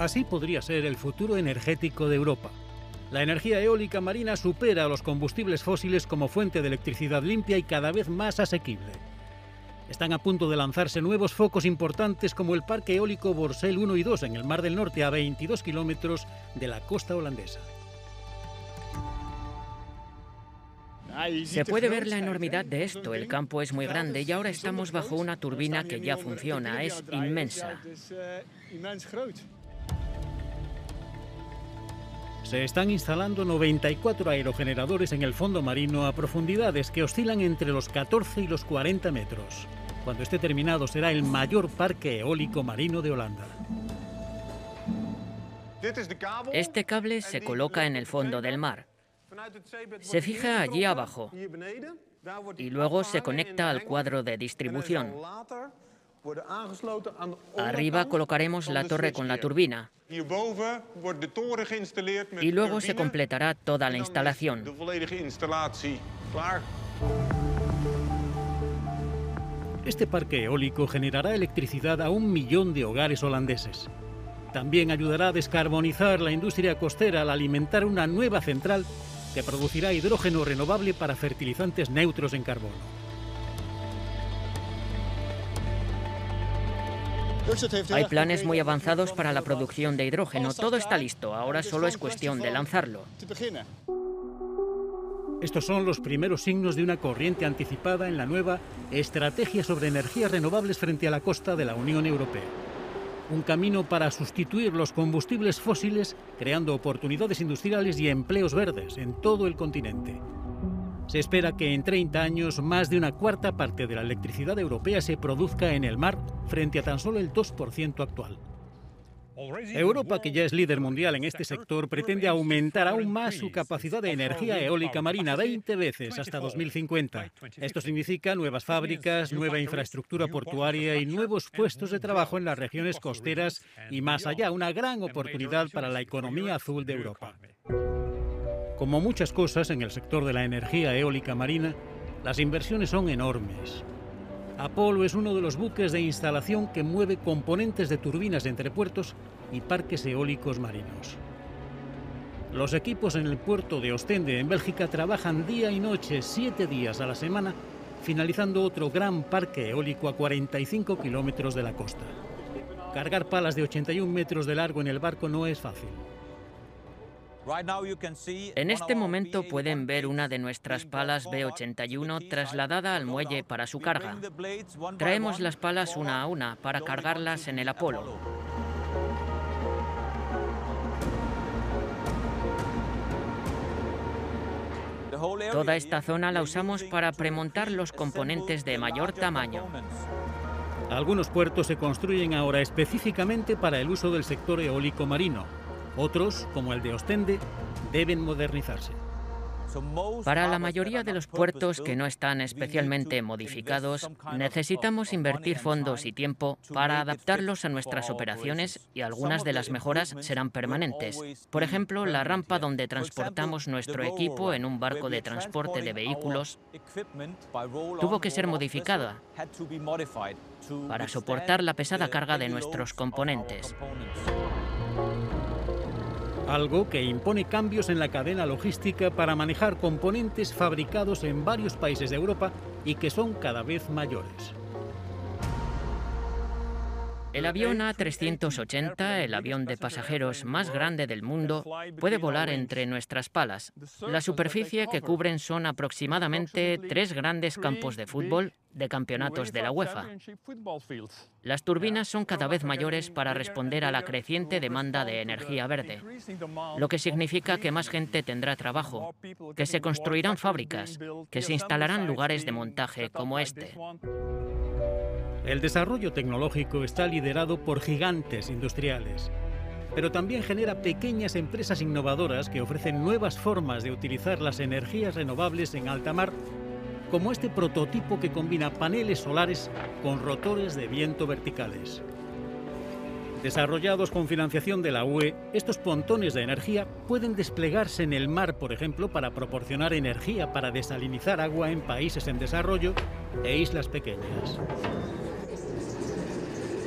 Así podría ser el futuro energético de Europa. La energía eólica marina supera a los combustibles fósiles como fuente de electricidad limpia y cada vez más asequible. Están a punto de lanzarse nuevos focos importantes como el parque eólico Borssele 1 y 2 en el Mar del Norte, a 22 kilómetros de la costa holandesa. Se puede ver la enormidad de esto. El campo es muy grande y ahora estamos bajo una turbina que ya funciona. Es inmensa. Se están instalando 94 aerogeneradores en el fondo marino a profundidades que oscilan entre los 14 y los 40 metros. Cuando esté terminado será el mayor parque eólico marino de Holanda. Este cable se coloca en el fondo del mar. Se fija allí abajo y luego se conecta al cuadro de distribución. Arriba colocaremos la torre con la turbina y luego se completará toda la instalación. Este parque eólico generará electricidad a 1 millón de hogares holandeses. También ayudará a descarbonizar la industria costera al alimentar una nueva central que producirá hidrógeno renovable para fertilizantes neutros en carbono. Hay planes muy avanzados para la producción de hidrógeno. Todo está listo, ahora solo es cuestión de lanzarlo. Estos son los primeros signos de una corriente anticipada en la nueva Estrategia sobre Energías Renovables frente a la costa de la Unión Europea. Un camino para sustituir los combustibles fósiles, creando oportunidades industriales y empleos verdes en todo el continente. Se espera que en 30 años más de una cuarta parte de la electricidad europea se produzca en el mar, frente a tan solo el 2% actual. Europa, que ya es líder mundial en este sector, pretende aumentar aún más su capacidad de energía eólica marina 20 veces hasta 2050. Esto significa nuevas fábricas, nueva infraestructura portuaria y nuevos puestos de trabajo en las regiones costeras y más allá, una gran oportunidad para la economía azul de Europa. Como muchas cosas en el sector de la energía eólica marina, las inversiones son enormes. Apolo es uno de los buques de instalación que mueve componentes de turbinas entre puertos y parques eólicos marinos. Los equipos en el puerto de Ostende, en Bélgica, trabajan día y noche, 7 días a la semana, finalizando otro gran parque eólico a 45 kilómetros de la costa. Cargar palas de 81 metros de largo en el barco no es fácil. En este momento pueden ver una de nuestras palas B81 trasladada al muelle para su carga. Traemos las palas una a una para cargarlas en el Apolo. Toda esta zona la usamos para premontar los componentes de mayor tamaño. Algunos puertos se construyen ahora específicamente para el uso del sector eólico marino. Otros, como el de Ostende, deben modernizarse. Para la mayoría de los puertos que no están especialmente modificados, necesitamos invertir fondos y tiempo para adaptarlos a nuestras operaciones y algunas de las mejoras serán permanentes. Por ejemplo, la rampa donde transportamos nuestro equipo en un barco de transporte de vehículos tuvo que ser modificada para soportar la pesada carga de nuestros componentes. Algo que impone cambios en la cadena logística para manejar componentes fabricados en varios países de Europa y que son cada vez mayores. El avión A380, el avión de pasajeros más grande del mundo, puede volar entre nuestras palas. La superficie que cubren son aproximadamente 3 grandes campos de fútbol de campeonatos de la UEFA. Las turbinas son cada vez mayores para responder a la creciente demanda de energía verde, lo que significa que más gente tendrá trabajo, que se construirán fábricas, que se instalarán lugares de montaje como este. El desarrollo tecnológico está liderado por gigantes industriales, pero también genera pequeñas empresas innovadoras que ofrecen nuevas formas de utilizar las energías renovables en alta mar, como este prototipo que combina paneles solares con rotores de viento verticales. Desarrollados con financiación de la UE, estos pontones de energía pueden desplegarse en el mar, por ejemplo, para proporcionar energía para desalinizar agua en países en desarrollo e islas pequeñas.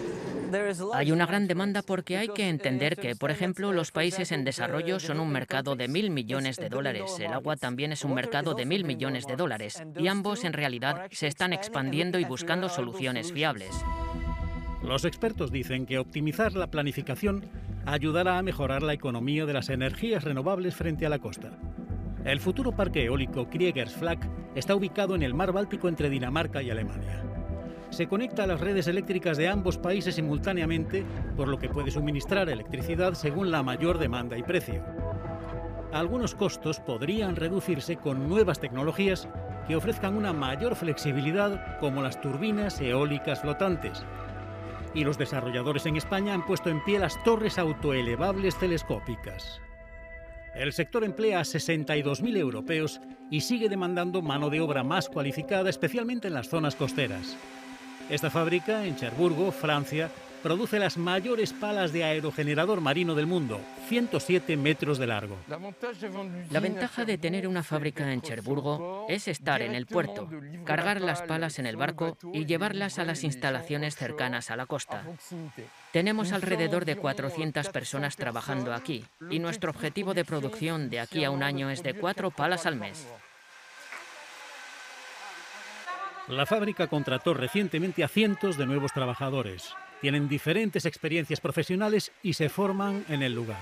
Hay una gran demanda porque hay que entender que, por ejemplo, los países en desarrollo son un mercado de 1.000 millones de dólares. El agua también es un mercado de 1.000 millones de dólares. Y ambos, en realidad, se están expandiendo y buscando soluciones fiables. Los expertos dicen que optimizar la planificación ayudará a mejorar la economía de las energías renovables frente a la costa. El futuro parque eólico Kriegers Flak está ubicado en el mar Báltico entre Dinamarca y Alemania. Se conecta a las redes eléctricas de ambos países simultáneamente, por lo que puede suministrar electricidad según la mayor demanda y precio. Algunos costos podrían reducirse con nuevas tecnologías que ofrezcan una mayor flexibilidad, como las turbinas eólicas flotantes. Y los desarrolladores en España han puesto en pie las torres autoelevables telescópicas. El sector emplea a 62.000 europeos y sigue demandando mano de obra más cualificada, especialmente en las zonas costeras. Esta fábrica, en Cherburgo, Francia, produce las mayores palas de aerogenerador marino del mundo, 107 metros de largo. La ventaja de tener una fábrica en Cherburgo es estar en el puerto, cargar las palas en el barco y llevarlas a las instalaciones cercanas a la costa. Tenemos alrededor de 400 personas trabajando aquí y nuestro objetivo de producción de aquí a un año es de 4 palas al mes. La fábrica contrató recientemente a cientos de nuevos trabajadores. Tienen diferentes experiencias profesionales y se forman en el lugar.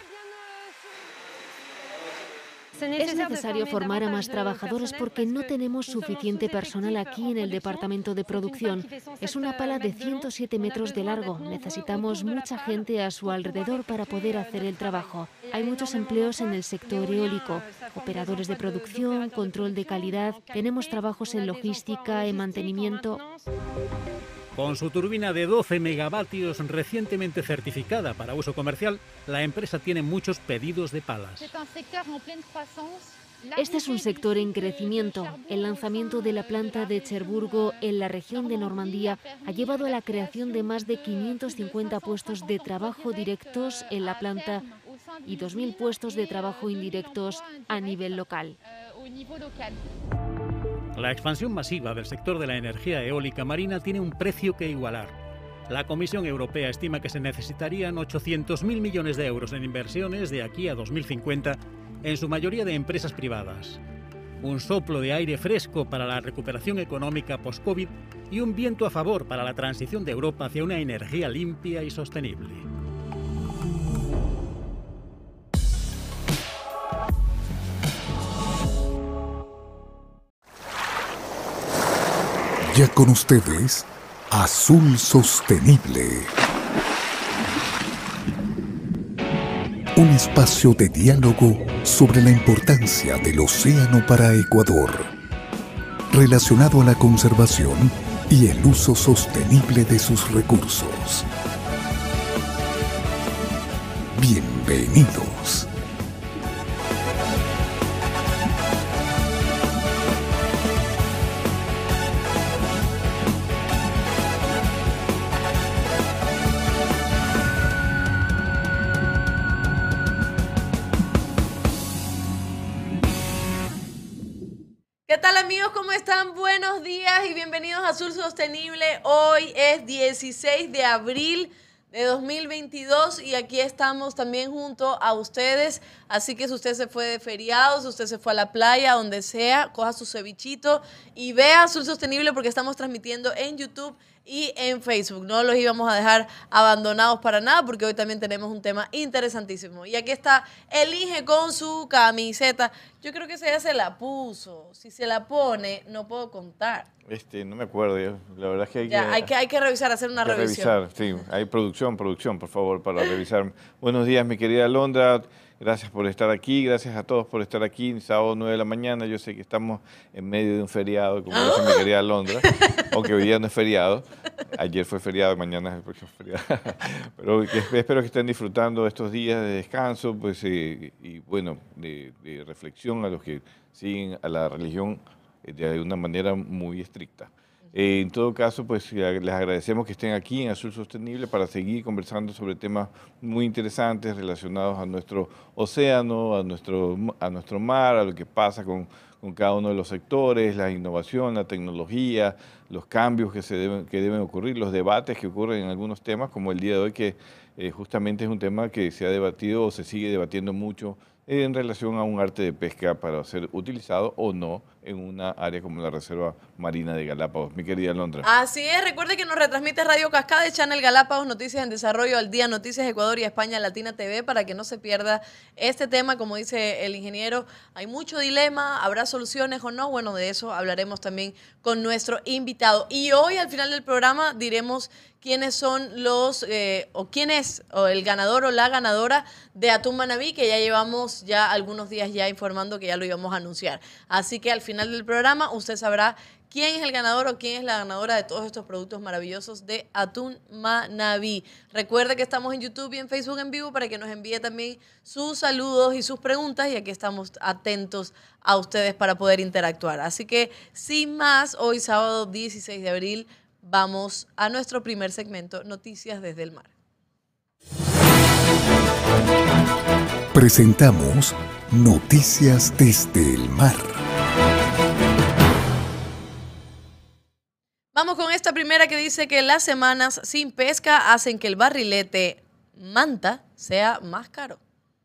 Es necesario formar a más trabajadores porque no tenemos suficiente personal aquí en el departamento de producción. Es una pala de 107 metros de largo. Necesitamos mucha gente a su alrededor para poder hacer el trabajo. Hay muchos empleos en el sector eólico, operadores de producción, control de calidad. Tenemos trabajos en logística, en mantenimiento. Con su turbina de 12 megavatios recientemente certificada para uso comercial, la empresa tiene muchos pedidos de palas. Este es un sector en crecimiento. El lanzamiento de la planta de Cherburgo en la región de Normandía ha llevado a la creación de más de 550 puestos de trabajo directos en la planta y 2.000 puestos de trabajo indirectos a nivel local. La expansión masiva del sector de la energía eólica marina tiene un precio que igualar. La Comisión Europea estima que se necesitarían 800.000 millones de euros en inversiones de aquí a 2050, en su mayoría de empresas privadas. Un soplo de aire fresco para la recuperación económica post-COVID y un viento a favor para la transición de Europa hacia una energía limpia y sostenible. Ya con ustedes, Azul Sostenible. Un espacio de diálogo sobre la importancia del océano para Ecuador, relacionado a la conservación y el uso sostenible de sus recursos. Bienvenidos. ¿Qué tal, amigos? ¿Cómo están? Buenos días y bienvenidos a Azul Sostenible. Hoy es 16 de abril de 2022 y aquí estamos también junto a ustedes. Así que si usted se fue de feriado, si usted se fue a la playa, donde sea, coja su cevichito y vea Azul Sostenible porque estamos transmitiendo en YouTube y en Facebook. No los íbamos a dejar abandonados para nada porque hoy también tenemos un tema interesantísimo. Y aquí está Elige con su camiseta. Yo creo que esa ya se la puso. Si se la pone, no puedo contar. No me acuerdo yo. La verdad es que hay que revisar, hacer una revisión. Sí, hay producción, por favor, para revisar. Buenos días, mi querida Alondra. Gracias por estar aquí, gracias a todos por estar aquí, sábado 9 de la mañana. Yo sé que estamos en medio de un feriado, como dice mi querida Alondra, aunque hoy día no es feriado. Ayer fue feriado, mañana es el próximo feriado. Pero espero que estén disfrutando estos días de descanso y bueno, de reflexión a los que siguen a la religión de una manera muy estricta. En todo caso, pues les agradecemos que estén aquí en Azul Sostenible para seguir conversando sobre temas muy interesantes relacionados a nuestro océano, a nuestro mar, a lo que pasa con cada uno de los sectores, la innovación, la tecnología, los cambios que deben ocurrir, los debates que ocurren en algunos temas, como el día de hoy, que justamente es un tema que se ha debatido o se sigue debatiendo mucho en relación a un arte de pesca para ser utilizado o no en una área como la Reserva Marina de Galápagos. Mi querida Alondra. Así es, recuerde que nos retransmite Radio Cascada, Channel Galápagos, Noticias en Desarrollo al Día, Noticias Ecuador y España Latina TV, para que no se pierda este tema. Como dice el ingeniero, hay mucho dilema, ¿habrá soluciones o no? Bueno, de eso hablaremos también con nuestro invitado. Y hoy, al final del programa, diremos quiénes son los, quién es el ganador o la ganadora de Atún Manabí, que ya llevamos ya algunos días ya informando que ya lo íbamos a anunciar. Así que al final del programa usted sabrá quién es el ganador o quién es la ganadora de todos estos productos maravillosos de Atún Manabí. Recuerde que estamos en YouTube y en Facebook en vivo para que nos envíe también sus saludos y sus preguntas, y aquí estamos atentos a ustedes para poder interactuar. Así que, sin más, hoy sábado 16 de abril, vamos a nuestro primer segmento, Noticias desde el Mar. Presentamos Noticias desde el Mar. Vamos con esta primera que dice que las semanas sin pesca hacen que el barrilete manta sea más caro.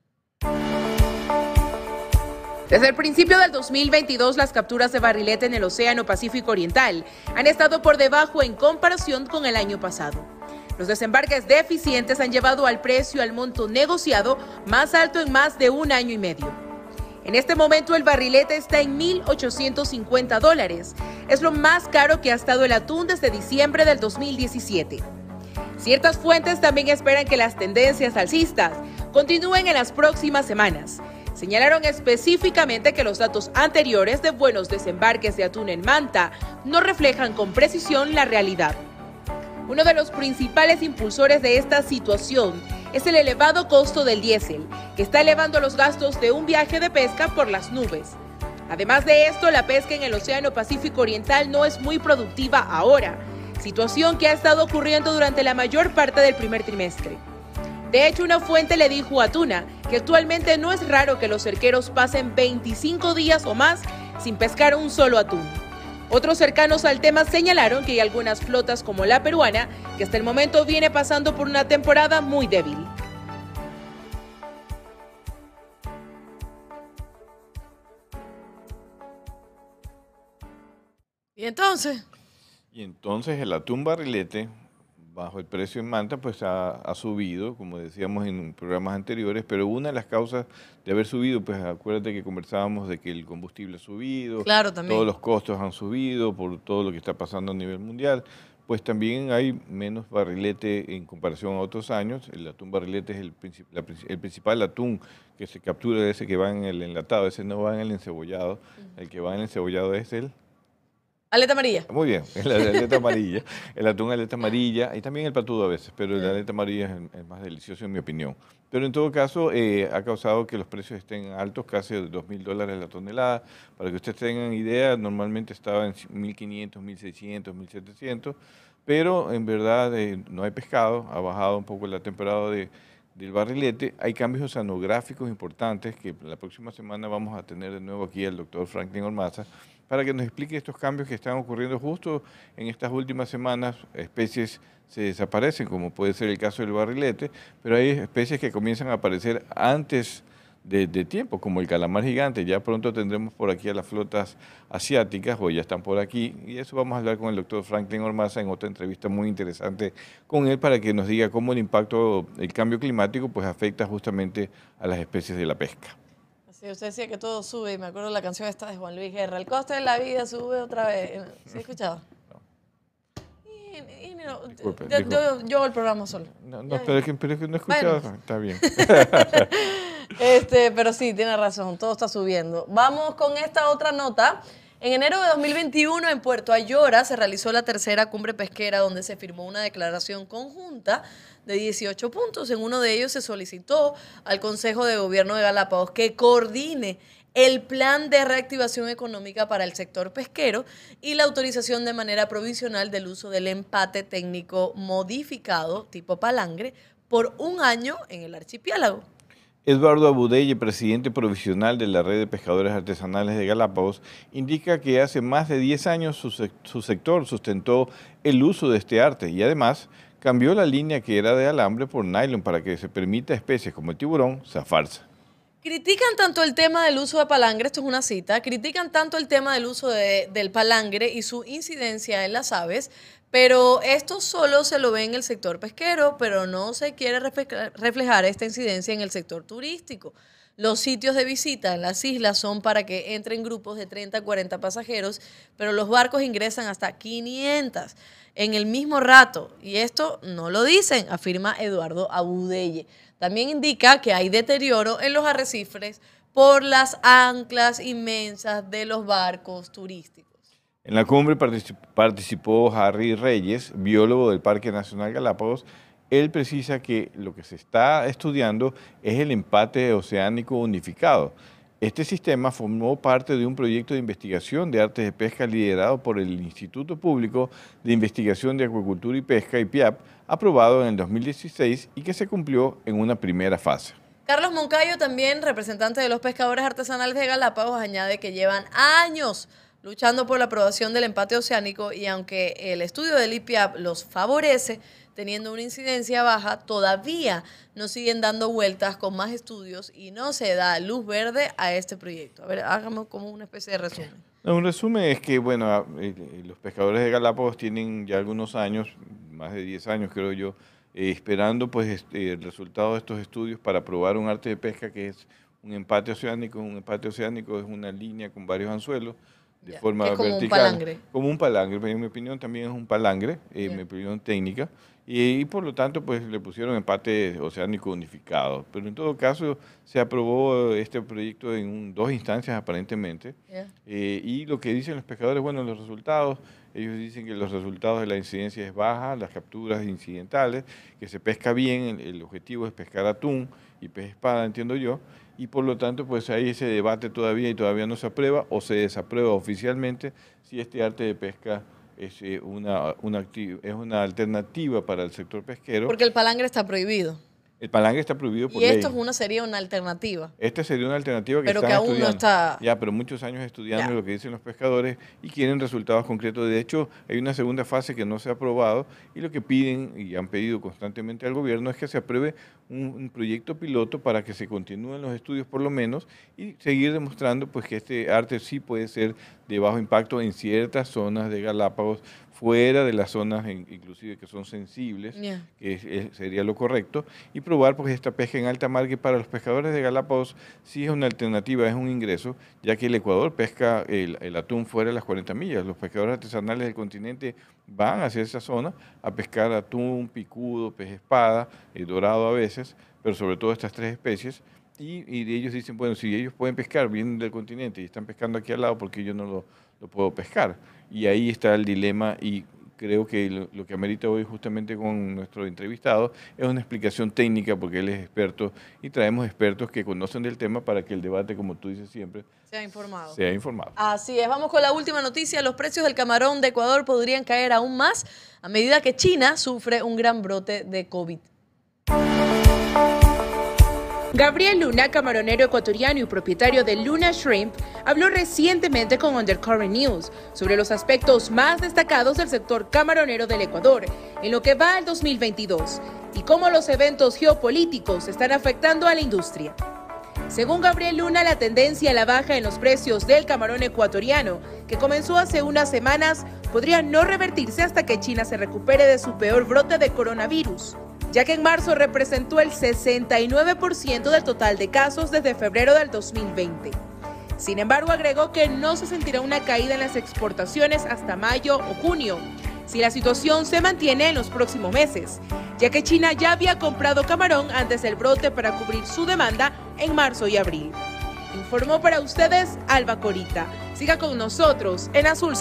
Desde el principio del 2022, las capturas de barrilete en el Océano Pacífico Oriental han estado por debajo en comparación con el año pasado. Los desembarques deficientes han llevado al precio al monto negociado más alto en más de un año y medio. En este momento el barrilete está en $1,850. Es lo más caro que ha estado el atún desde diciembre del 2017. Ciertas fuentes también esperan que las tendencias alcistas continúen en las próximas semanas. Señalaron específicamente que los datos anteriores de buenos desembarques de atún en Manta no reflejan con precisión la realidad. Uno de los principales impulsores de esta situación es el elevado costo del diésel, que está elevando los gastos de un viaje de pesca por las nubes. Además de esto, la pesca en el Océano Pacífico Oriental no es muy productiva ahora, situación que ha estado ocurriendo durante la mayor parte del primer trimestre. De hecho, una fuente le dijo a Tuna que actualmente no es raro que los cerqueros pasen 25 días o más sin pescar un solo atún. Otros cercanos al tema señalaron que hay algunas flotas como la peruana que hasta el momento viene pasando por una temporada muy débil. ¿Y entonces? Y entonces el atún barrilete, bajo el precio en Manta, pues ha subido, como decíamos en programas anteriores, pero una de las causas de haber subido, pues acuérdate que conversábamos de que el combustible ha subido, claro, también. Todos los costos han subido por todo lo que está pasando a nivel mundial, pues también hay menos barrilete en comparación a otros años. El atún barrilete es el principal atún que se captura, ese que va en el enlatado, ese no va en el encebollado, el que va en el encebollado es el... Aleta amarilla. Muy bien, la aleta amarilla, el atún aleta amarilla y también el patudo a veces, pero la aleta amarilla es más delicioso en mi opinión. Pero en todo caso ha causado que los precios estén altos, casi $2.000 la tonelada. Para que ustedes tengan idea, normalmente estaba en 1.500, 1.600, 1.700, pero en verdad no hay pescado, ha bajado un poco la temporada del barrilete. Hay cambios oceanográficos importantes que la próxima semana vamos a tener de nuevo aquí al doctor Franklin Ormaza, para que nos explique estos cambios que están ocurriendo justo en estas últimas semanas. Especies se desaparecen, como puede ser el caso del barrilete, pero hay especies que comienzan a aparecer antes de tiempo, como el calamar gigante. Ya pronto tendremos por aquí a las flotas asiáticas, o ya están por aquí, y eso vamos a hablar con el doctor Franklin Ormaza en otra entrevista muy interesante con él, para que nos diga cómo el impacto del cambio climático pues afecta justamente a las especies de la pesca. Sí, usted decía que todo sube, y me acuerdo la canción esta de Juan Luis Guerra, el coste de la vida sube otra vez. ¿Sí has escuchado? No. Disculpe. Yo el programa solo. No, pero es que no he escuchado. Bueno. Está bien. Pero sí, tiene razón, todo está subiendo. Vamos con esta otra nota. En enero de 2021, en Puerto Ayora, se realizó la tercera cumbre pesquera, donde se firmó una declaración conjunta de 18 puntos. En uno de ellos se solicitó al Consejo de Gobierno de Galápagos que coordine el plan de reactivación económica para el sector pesquero y la autorización de manera provisional del uso del empate técnico modificado tipo palangre por 1 año en el archipiélago. Eduardo Abudelle, presidente provisional de la Red de Pescadores Artesanales de Galápagos, indica que hace más de 10 años su sector sustentó el uso de este arte y además cambió la línea que era de alambre por nylon para que se permita a especies como el tiburón zafarse. Critican tanto el tema del uso de palangre, esto es una cita, critican tanto el tema del uso del palangre y su incidencia en las aves, pero esto solo se lo ve en el sector pesquero, pero no se quiere reflejar esta incidencia en el sector turístico. Los sitios de visita en las islas son para que entren grupos de 30 a 40 pasajeros, pero los barcos ingresan hasta 500 en el mismo rato. Y esto no lo dicen, afirma Eduardo Abudelle. También indica que hay deterioro en los arrecifes por las anclas inmensas de los barcos turísticos. En la cumbre participó Harry Reyes, biólogo del Parque Nacional Galápagos. Él precisa que lo que se está estudiando es el empate oceánico unificado. Este sistema formó parte de un proyecto de investigación de artes de pesca liderado por el Instituto Público de Investigación de Acuicultura y Pesca, IPIAP, aprobado en el 2016 y que se cumplió en una primera fase. Carlos Moncayo, también representante de los pescadores artesanales de Galápagos, añade que llevan años luchando por la aprobación del empate oceánico y aunque el estudio del IPIAP los favorece, teniendo una incidencia baja, todavía nos siguen dando vueltas con más estudios y no se da luz verde a este proyecto. A ver, hágame como una especie de resumen. Un resumen es que, bueno, los pescadores de Galápagos tienen ya algunos años, más de 10 años creo yo, esperando pues el resultado de estos estudios para probar un arte de pesca que es un empate oceánico. Un empate oceánico es una línea con varios anzuelos de forma como vertical. Un palangre. Como un palangre, en mi opinión también es un palangre, mi opinión técnica, y por lo tanto pues le pusieron empate oceánico unificado. Pero en todo caso se aprobó este proyecto en 2 instancias aparentemente, y lo que dicen los pescadores, bueno, los resultados, ellos dicen que los resultados de la incidencia es baja, las capturas incidentales, que se pesca bien, el objetivo es pescar atún y pez espada, entiendo yo, y por lo tanto pues hay ese debate todavía y todavía no se aprueba o se desaprueba oficialmente si este arte de pesca es una alternativa para el sector pesquero. Porque el palangre está prohibido. El palangre está prohibido por ley. Y esto sería una alternativa. Esta sería una alternativa que pero están que aún estudiando. No está... Ya, pero muchos años estudiando lo que dicen los pescadores y quieren resultados concretos. De hecho, hay una segunda fase que no se ha aprobado y lo que piden y han pedido constantemente al gobierno es que se apruebe un proyecto piloto para que se continúen los estudios por lo menos y seguir demostrando pues que este arte sí puede ser de bajo impacto en ciertas zonas de Galápagos, fuera de las zonas inclusive que son sensibles, que sería lo correcto, y probar pues esta pesca en alta mar que para los pescadores de Galápagos sí es una alternativa, es un ingreso, ya que el Ecuador pesca el atún fuera de las 40 millas. Los pescadores artesanales del continente van hacia esa zona a pescar atún, picudo, pez espada, dorado a veces, pero sobre todo estas 3 especies, y ellos dicen, bueno, si ellos pueden pescar, vienen del continente y están pescando aquí al lado, porque yo no lo puedo pescar. Y ahí está el dilema y creo que lo que amerita hoy justamente con nuestro entrevistado es una explicación técnica porque él es experto y traemos expertos que conocen del tema para que el debate, como tú dices siempre, sea informado. Así es, vamos con la última noticia. Los precios del camarón de Ecuador podrían caer aún más a medida que China sufre un gran brote de COVID. Gabriel Luna, camaronero ecuatoriano y propietario de Luna Shrimp, habló recientemente con Undercurrent News sobre los aspectos más destacados del sector camaronero del Ecuador en lo que va al 2022 y cómo los eventos geopolíticos están afectando a la industria. Según Gabriel Luna, la tendencia a la baja en los precios del camarón ecuatoriano, que comenzó hace unas semanas, podría no revertirse hasta que China se recupere de su peor brote de coronavirus, ya que en marzo representó el 69% del total de casos desde febrero del 2020. Sin embargo, agregó que no se sentirá una caída en las exportaciones hasta mayo o junio, si la situación se mantiene en los próximos meses, ya que China ya había comprado camarón antes del brote para cubrir su demanda en marzo y abril. Informó para ustedes Alba Corita. Siga con nosotros en Azul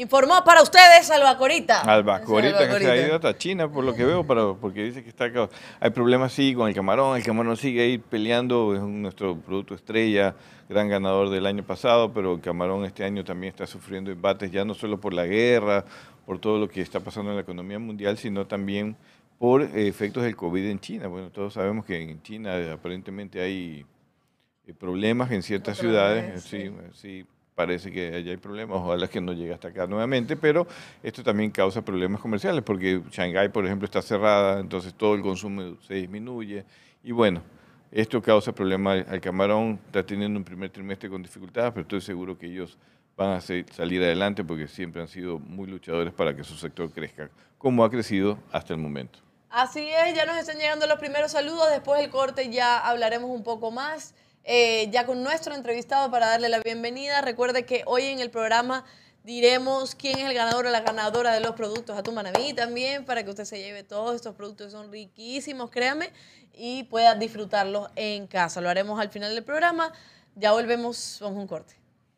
Informó para ustedes Albacorita. Albacorita, que se ha ido hasta China, por lo que veo, porque dice que está acá. Hay problemas, sí, con el camarón sigue ahí peleando, es nuestro producto estrella, gran ganador del año pasado, pero el camarón este año también está sufriendo embates, ya no solo por la guerra, por todo lo que está pasando en la economía mundial, sino también por efectos del COVID en China. Bueno, todos sabemos que en China aparentemente hay problemas en ciertas ciudades, sí. Parece que allá hay problemas, ojalá que no llegue hasta acá nuevamente, pero esto también causa problemas comerciales porque Shanghái, por ejemplo, está cerrada, entonces todo el consumo se disminuye y bueno, esto causa problemas al camarón, está teniendo un primer trimestre con dificultades, pero estoy seguro que ellos van a salir adelante porque siempre han sido muy luchadores para que su sector crezca, como ha crecido hasta el momento. Así es, ya nos están llegando los primeros saludos, después del corte ya hablaremos un poco más. Ya con nuestro entrevistado para darle la bienvenida. Recuerde que hoy en el programa diremos quién es el ganador o la ganadora de los productos Atún Manabí también, para que usted se lleve todos estos productos, son riquísimos, créame, y pueda disfrutarlos en casa. Lo haremos al final del programa. Ya volvemos, vamos a un corte.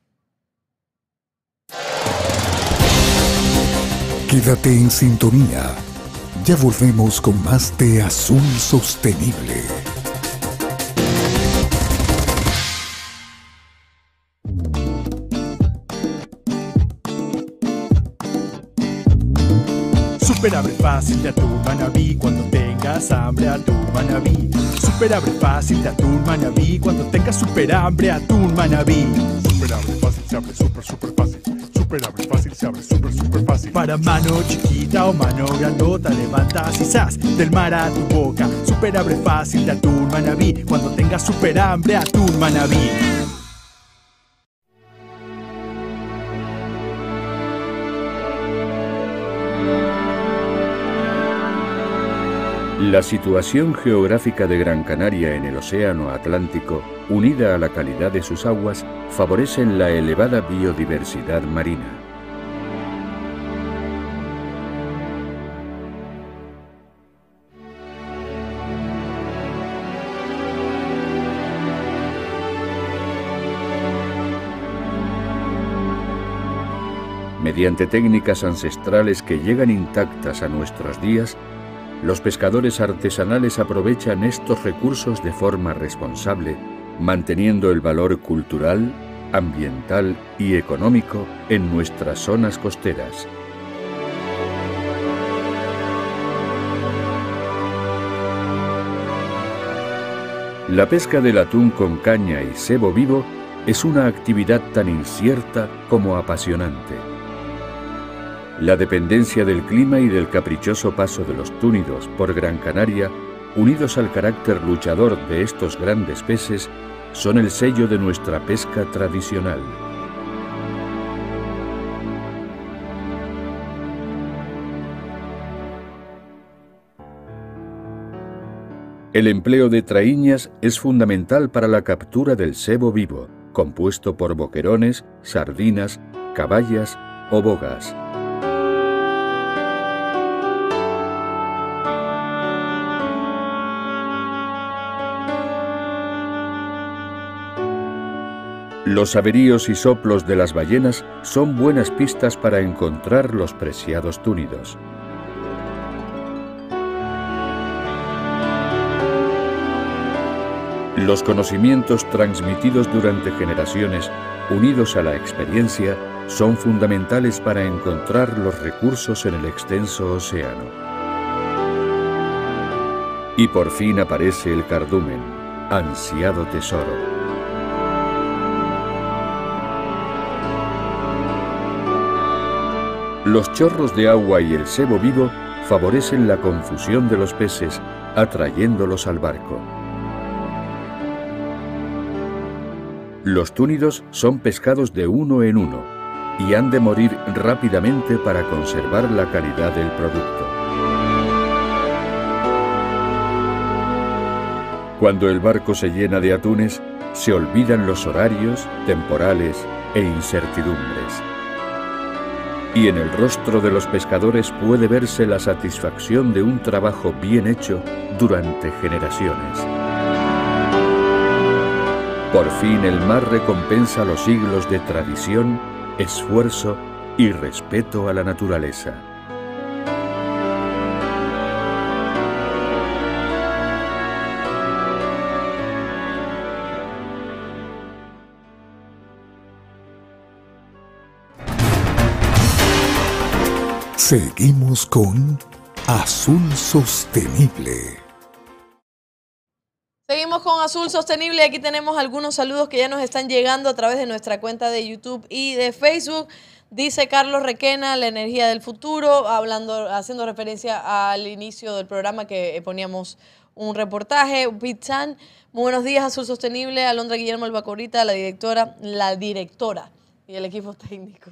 Quédate en sintonía. Ya volvemos con más de Azul Sostenible. Super abre fácil de Atún Manabí cuando tengas hambre, Atún Manabí. Super abre fácil de Atún Manabí cuando tengas super hambre, Atún Manabí. Super abre fácil, se abre super fácil. Super abre fácil, se abre super fácil. Para mano chiquita o mano grandota, levantas y zas del mar a tu boca. Super abre fácil de Atún Manabí cuando tengas super hambre, Atún Manabí. La situación geográfica de Gran Canaria en el Océano Atlántico, unida a la calidad de sus aguas, favorecen la elevada biodiversidad marina. Mediante técnicas ancestrales que llegan intactas a nuestros días, los pescadores artesanales aprovechan estos recursos de forma responsable, manteniendo el valor cultural, ambiental y económico en nuestras zonas costeras. La pesca del atún con caña y cebo vivo es una actividad tan incierta como apasionante. La dependencia del clima y del caprichoso paso de los túnidos por Gran Canaria, unidos al carácter luchador de estos grandes peces, son el sello de nuestra pesca tradicional. El empleo de traíñas es fundamental para la captura del cebo vivo, compuesto por boquerones, sardinas, caballas o bogas. Los averíos y soplos de las ballenas son buenas pistas para encontrar los preciados túnidos. Los conocimientos transmitidos durante generaciones, unidos a la experiencia, son fundamentales para encontrar los recursos en el extenso océano. Y por fin aparece el cardumen, ansiado tesoro. Los chorros de agua y el cebo vivo favorecen la confusión de los peces, atrayéndolos al barco. Los túnidos son pescados de uno en uno y han de morir rápidamente para conservar la calidad del producto. Cuando el barco se llena de atunes, se olvidan los horarios, temporales e incertidumbres. Y en el rostro de los pescadores puede verse la satisfacción de un trabajo bien hecho durante generaciones. Por fin el mar recompensa los siglos de tradición, esfuerzo y respeto a la naturaleza. Seguimos con Azul Sostenible. Seguimos con Azul Sostenible. Aquí tenemos algunos saludos que ya nos están llegando a través de nuestra cuenta de YouTube y de Facebook. Dice Carlos Requena, la energía del futuro, haciendo referencia al inicio del programa que poníamos un reportaje. Pizzan, muy buenos días, Azul Sostenible. Alondra Guillermo Albacorita, la directora y el equipo técnico.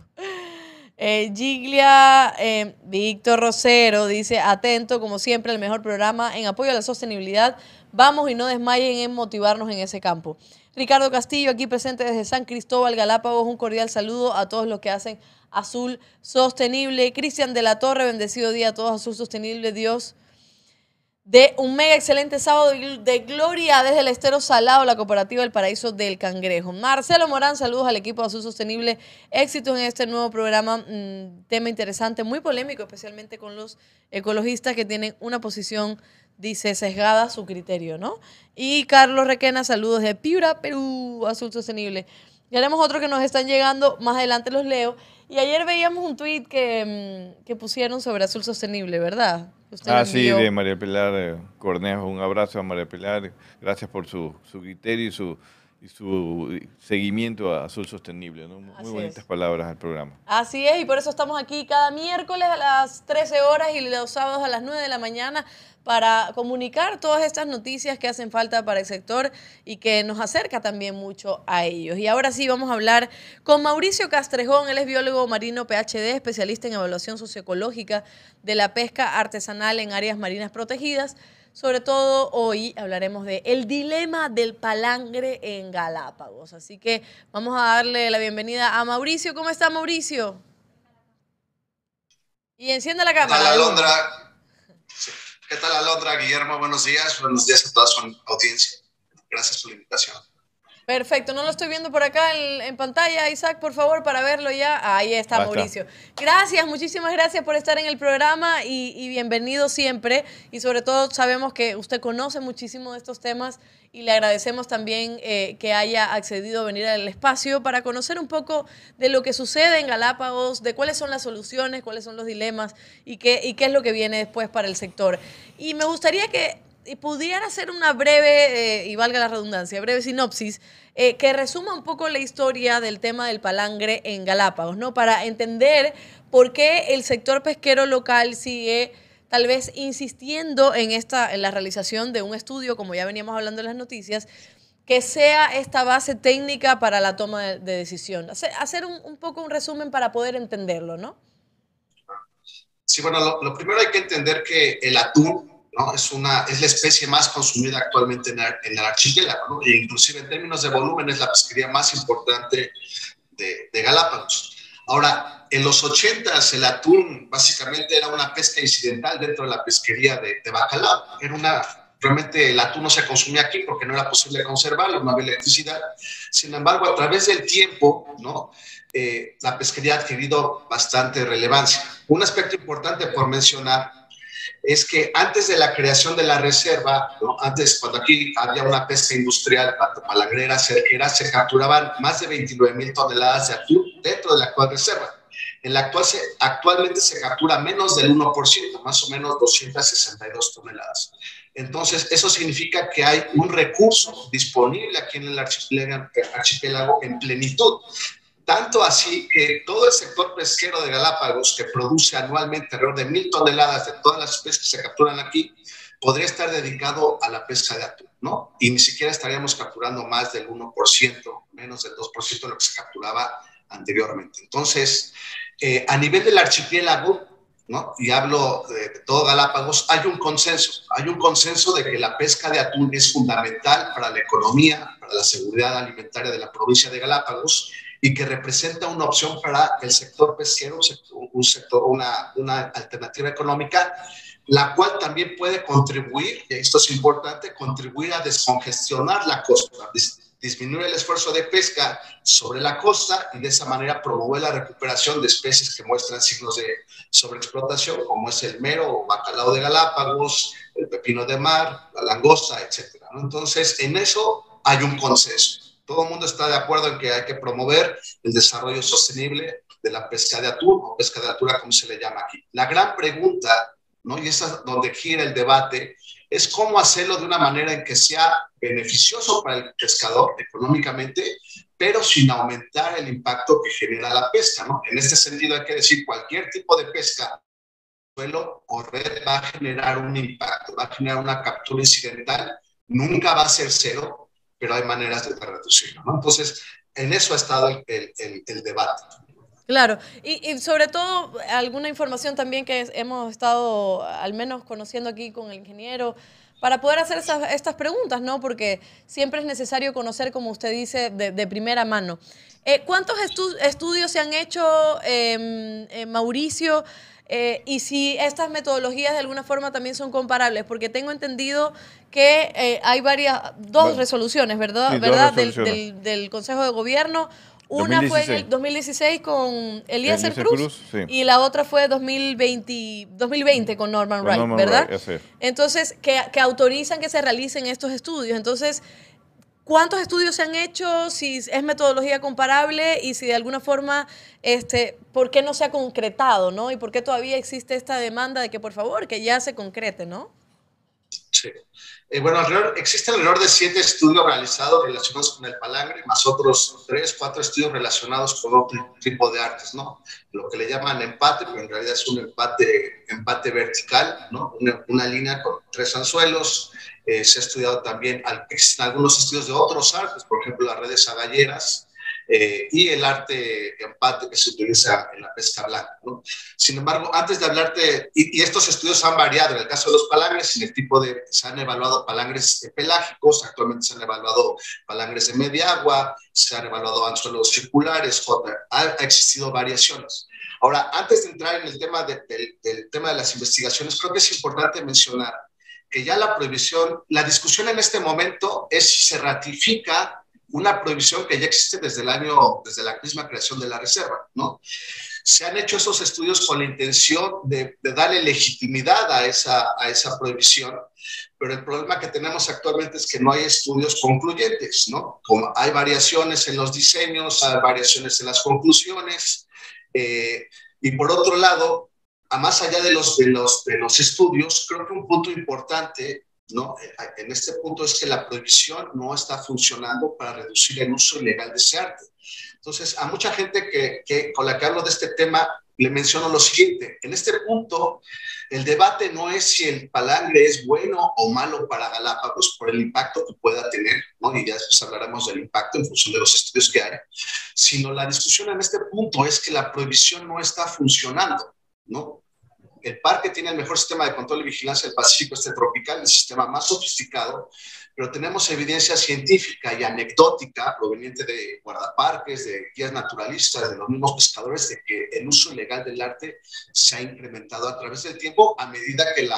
Giglia, Víctor Rosero dice, atento, como siempre, el mejor programa en apoyo a la sostenibilidad. Vamos y no desmayen en motivarnos en ese campo. Ricardo Castillo, aquí presente desde San Cristóbal, Galápagos. Un cordial saludo a todos los que hacen Azul Sostenible. Cristian de la Torre, bendecido día a todos, Azul Sostenible. Dios de un mega excelente sábado de gloria desde el Estero Salado, la cooperativa El Paraíso del Cangrejo. Marcelo Morán, saludos al equipo de Azul Sostenible. Éxitos en este nuevo programa, tema interesante, muy polémico, especialmente con los ecologistas que tienen una posición, dice, sesgada a su criterio, ¿no? Y Carlos Requena, saludos de Piura, Perú, Azul Sostenible. Ya tenemos otros que nos están llegando, más adelante los leo. Y ayer veíamos un tuit que pusieron sobre Azul Sostenible, ¿verdad? Sí, de María Pilar Cornejo. Un abrazo a María Pilar. Gracias por su criterio y su seguimiento a Azul Sostenible, ¿no? Muy bonitas palabras al programa. Así es, y por eso estamos aquí cada miércoles a las 13 horas y los sábados a las 9 de la mañana para comunicar todas estas noticias que hacen falta para el sector y que nos acerca también mucho a ellos. Y ahora sí vamos a hablar con Mauricio Castrejón. Él es biólogo marino PhD, especialista en evaluación socioecológica de la pesca artesanal en áreas marinas protegidas. Sobre todo hoy hablaremos de el dilema del palangre en Galápagos. Así que vamos a darle la bienvenida a Mauricio. ¿Cómo está, Mauricio? Y enciende la cámara. ¿Qué tal, Alondra? ¿Qué tal, Alondra? Guillermo, buenos días. Buenos días a toda su audiencia. Gracias por la invitación. Perfecto, no lo estoy viendo por acá en pantalla, Isaac, por favor, para verlo ya. Ahí está, Mauricio. Gracias, muchísimas gracias por estar en el programa y bienvenido siempre. Y sobre todo sabemos que usted conoce muchísimo de estos temas y le agradecemos también que haya accedido a venir al espacio para conocer un poco de lo que sucede en Galápagos, de cuáles son las soluciones, cuáles son los dilemas y qué es lo que viene después para el sector. Y me gustaría que pudiera hacer una breve, y valga la redundancia, breve sinopsis, que resuma un poco la historia del tema del palangre en Galápagos, ¿no? Para entender por qué el sector pesquero local sigue tal vez insistiendo en la realización de un estudio, como ya veníamos hablando en las noticias, que sea esta base técnica para la toma de decisión. Hacer un poco un resumen para poder entenderlo, ¿no? Sí, bueno, lo primero hay que entender que el atún, ¿no? Es la especie más consumida actualmente en el archipiélago, ¿no? E inclusive en términos de volumen es la pesquería más importante de Galápagos. Ahora, en los 80s el atún básicamente era una pesca incidental dentro de la pesquería de bacalao. Realmente el atún no se consumía aquí porque no era posible conservarlo, no había electricidad. Sin embargo, a través del tiempo, ¿no? La pesquería ha adquirido bastante relevancia. Un aspecto importante por mencionar es que antes de la creación de la reserva, ¿no? Antes, cuando aquí había una pesca industrial, tanto palangrera, cerquera, se capturaban más de 29,000 toneladas de atún dentro de la actual reserva. Actualmente se captura menos del 1%, más o menos 262 toneladas. Entonces, eso significa que hay un recurso disponible aquí en el archipiélago en plenitud. Tanto así que todo el sector pesquero de Galápagos, que produce anualmente alrededor de 1,000 toneladas de todas las especies que se capturan aquí, podría estar dedicado a la pesca de atún, ¿no? Y ni siquiera estaríamos capturando más del 1%, menos del 2% de lo que se capturaba anteriormente. Entonces, a nivel del archipiélago, ¿no? Y hablo de todo Galápagos, hay un consenso de que la pesca de atún es fundamental para la economía, para la seguridad alimentaria de la provincia de Galápagos, y que representa una opción para el sector pesquero, una alternativa económica, la cual también puede contribuir, y esto es importante, contribuir a descongestionar la costa, disminuir el esfuerzo de pesca sobre la costa y de esa manera promover la recuperación de especies que muestran signos de sobreexplotación, como es el mero o bacalao de Galápagos, el pepino de mar, la langosta, etc. ¿no? Entonces, en eso hay un consenso. Todo el mundo está de acuerdo en que hay que promover el desarrollo sostenible de la pesca de atún o pesca de altura, como se le llama aquí. La gran pregunta, ¿no? Y esa es donde gira el debate, es cómo hacerlo de una manera en que sea beneficioso para el pescador económicamente, pero sin aumentar el impacto que genera la pesca, ¿no? En este sentido hay que decir, cualquier tipo de pesca, suelo o red, va a generar un impacto, va a generar una captura incidental, nunca va a ser cero, pero hay maneras de reducirlo, ¿no? Entonces, en eso ha estado el debate. Claro, y sobre todo alguna información también que hemos estado al menos conociendo aquí con el ingeniero para poder hacer estas preguntas, ¿no? Porque siempre es necesario conocer, como usted dice, de primera mano. ¿Cuántos estudios se han hecho, Mauricio? Y si estas metodologías de alguna forma también son comparables, porque tengo entendido que hay dos resoluciones, ¿verdad? Sí, ¿verdad? dos resoluciones. Del Consejo de Gobierno. Una 2016. Fue en el 2016 con Eliezer Cruz sí. Y la otra fue 2020 con Norman Wright, ¿verdad? Wright, entonces, que autorizan que se realicen estos estudios. Entonces, ¿cuántos estudios se han hecho? Si es metodología comparable y si de alguna forma, ¿por qué no se ha concretado, no? Y por qué todavía existe esta demanda de que, por favor, que ya se concrete, ¿no? Sí. Bueno, existe alrededor de 7 estudios realizados relacionados con el palangre, más otros 3, 4 estudios relacionados con otro tipo de artes, ¿no? Lo que le llaman empate, pero en realidad es un empate vertical, ¿no? Una línea con 3 anzuelos. Se ha estudiado también, existen algunos estudios de otros artes, por ejemplo, las redes agalleras, y el arte empate que se utiliza en la pesca blanca, ¿no? Sin embargo, antes de hablarte, y estos estudios han variado, en el caso de los palangres, en el tipo se han evaluado palangres pelágicos, actualmente se han evaluado palangres de media agua, se han evaluado anzuelos circulares, ha existido variaciones. Ahora, antes de entrar en el tema del tema de las investigaciones, creo que es importante mencionar que ya la prohibición, la discusión en este momento es si se ratifica una prohibición que ya existe desde la misma creación de la reserva, ¿no? Se han hecho esos estudios con la intención de darle legitimidad a esa prohibición, pero el problema que tenemos actualmente es que no hay estudios concluyentes, ¿no? Como hay variaciones en los diseños, hay variaciones en las conclusiones, y por otro lado, más allá de los estudios, creo que un punto importante, ¿no? En este punto es que la prohibición no está funcionando para reducir el uso ilegal de ese arte. Entonces, a mucha gente con la que hablo de este tema, le menciono lo siguiente. En este punto, el debate no es si el palangre es bueno o malo para Galápagos por el impacto que pueda tener, ¿no? Y ya después hablaremos del impacto en función de los estudios que hay, sino la discusión en este punto es que la prohibición no está funcionando, ¿no? El parque tiene el mejor sistema de control y vigilancia del Pacífico tropical, el sistema más sofisticado, pero tenemos evidencia científica y anecdótica proveniente de guardaparques, de guías naturalistas, de los mismos pescadores, de que el uso ilegal del arte se ha incrementado a través del tiempo a medida que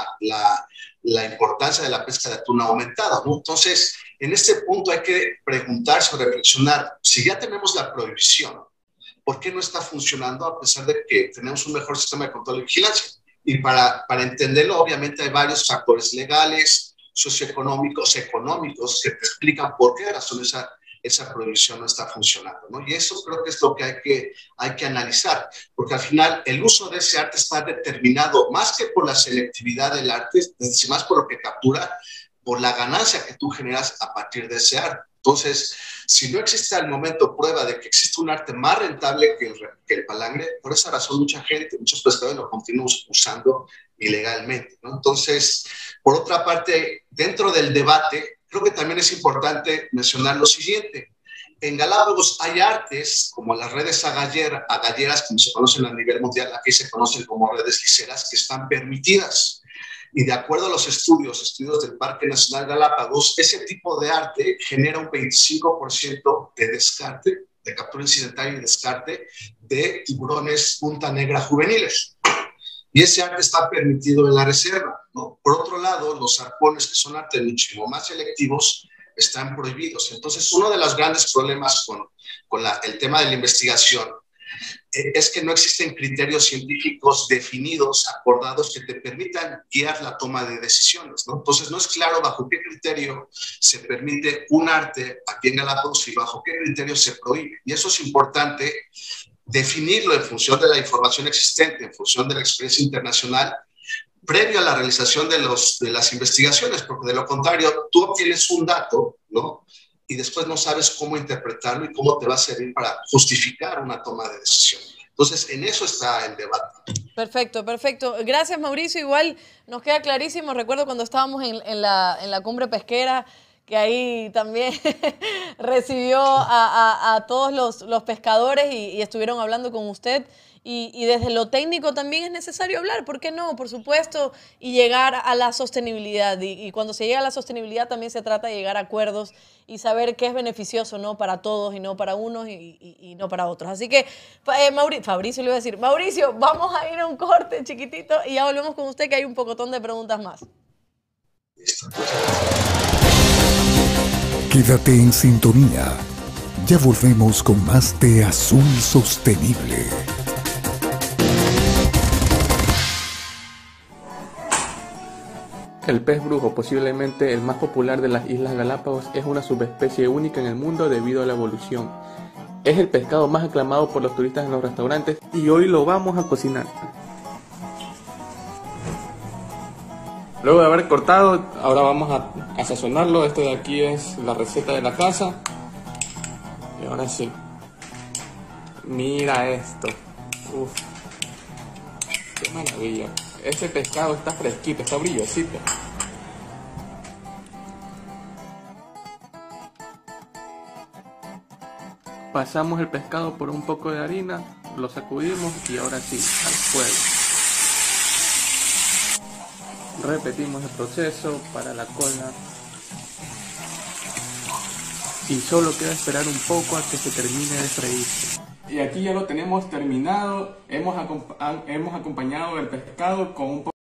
la importancia de la pesca de atún ha aumentado, ¿no? Entonces, en este punto hay que preguntarse o reflexionar, si ya tenemos la prohibición, ¿por qué no está funcionando a pesar de que tenemos un mejor sistema de control y vigilancia? Y para entenderlo, obviamente hay varios factores legales, socioeconómicos, económicos, que te explican por qué razón esa prohibición no está funcionando, ¿no? Y eso creo que es lo que hay que analizar, porque al final el uso de ese arte está determinado más que por la selectividad del arte, es decir, más por lo que captura, por la ganancia que tú generas a partir de ese arte. Entonces, si no existe al momento prueba de que existe un arte más rentable que el palangre, por esa razón mucha gente, muchos pescadores lo continúan usando ilegalmente, ¿no? Entonces, por otra parte, dentro del debate, creo que también es importante mencionar lo siguiente. En Galápagos hay artes como las redes agalleras, como se conocen a nivel mundial, aquí se conocen como redes liceras, que están permitidas. Y de acuerdo a los estudios del Parque Nacional Galápagos, ese tipo de arte genera un 25% de descarte, de captura incidental y descarte de tiburones punta negra juveniles. Y ese arte está permitido en la reserva, ¿no? Por otro lado, los arpones, que son artes muchísimo más selectivos, están prohibidos. Entonces, uno de los grandes problemas con el tema de la investigación es que no existen criterios científicos definidos, acordados, que te permitan guiar la toma de decisiones, ¿no? Entonces, no es claro bajo qué criterio se permite un arte aquí en Galápagos y bajo qué criterio se prohíbe. Y eso es importante definirlo en función de la información existente, en función de la experiencia internacional, previo a la realización de las investigaciones, porque de lo contrario, tú obtienes un dato, ¿no? Y después no sabes cómo interpretarlo y cómo te va a servir para justificar una toma de decisión. Entonces, en eso está el debate. Perfecto, perfecto. Gracias, Mauricio. Igual nos queda clarísimo. Recuerdo cuando estábamos en la cumbre pesquera, que ahí también recibió a todos los pescadores y estuvieron hablando con usted. Y desde lo técnico también es necesario hablar, ¿por qué no? Por supuesto, y llegar a la sostenibilidad. Y cuando se llega a la sostenibilidad también se trata de llegar a acuerdos y saber qué es beneficioso, ¿no? Para todos y no para unos y no para otros. Así que, Fabricio le iba a decir, Mauricio, vamos a ir a un corte chiquitito y ya volvemos con usted, que hay un pocotón de preguntas más. Listo. Quédate en sintonía. Ya volvemos con más de Azul Sostenible. El pez brujo, posiblemente el más popular de las Islas Galápagos, es una subespecie única en el mundo debido a la evolución. Es el pescado más aclamado por los turistas en los restaurantes y hoy lo vamos a cocinar. Luego de haber cortado, ahora vamos a sazonarlo. Esto de aquí es la receta de la casa. Y ahora sí. Mira esto. Uf. Qué maravilla. Ese pescado está fresquito, está brillosito. Pasamos el pescado por un poco de harina, lo sacudimos y ahora sí, al fuego. Repetimos el proceso para la cola. Y solo queda esperar un poco a que se termine de freírse. Y aquí ya lo tenemos terminado. Hemos acompañado el pescado con un poco.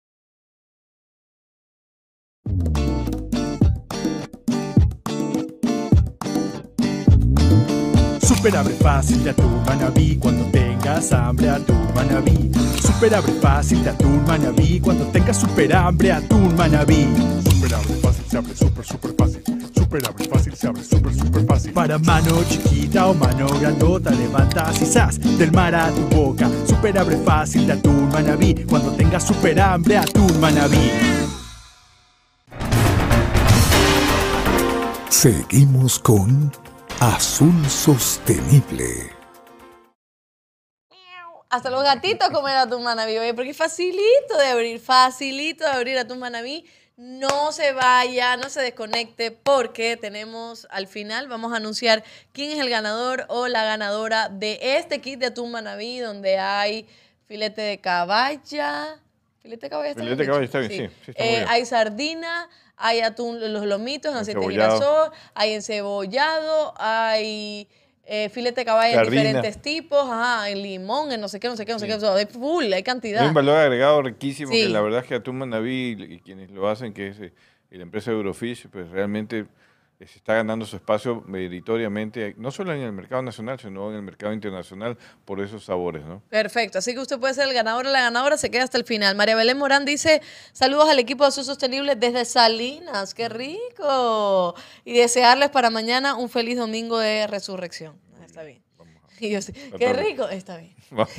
Super abre fácil de atún Manabí cuando tengas hambre, atún Manabí. Super abre fácil de atún Manabí cuando tengas super hambre, atún Manabí. Super abre fácil, se abre super fácil. Super abre fácil, se abre super fácil. Para mano chiquita o mano grandota, levantas y zas del mar a tu boca. Super abre fácil de atún Manabí cuando tengas super hambre, atún Manabí. Seguimos con Azul Sostenible. Hasta los gatitos comen atún Manabí, oye, porque es facilito de abrir atún Manabí. No se vaya, no se desconecte, porque tenemos al final, vamos a anunciar quién es el ganador o la ganadora de este kit de atún Manabí, donde hay filete de caballa. ¿Filete de caballa está bien? Filete de caballa está bien, sí. Sí está muy bien. Hay sardina, hay atún, los lomitos en aceite de girasol, hay encebollado, hay filete de caballa en diferentes tipos, en limón, en no sé qué, hay full, hay cantidad. Hay un valor agregado riquísimo, Sí. que la verdad es que Atún Manabí y quienes lo hacen, que es la empresa Eurofish, pues realmente se está ganando su espacio meritoriamente, no solo en el mercado nacional, sino en el mercado internacional, por esos sabores, ¿no? Perfecto, así que usted puede ser el ganador o la ganadora, se queda hasta el final. María Belén Morán dice, saludos al equipo de Azul Sostenible desde Salinas, ¡qué rico! Y desearles para mañana un feliz domingo de resurrección. Está bien. Y yo, ¡qué rico! Está bien. Vamos.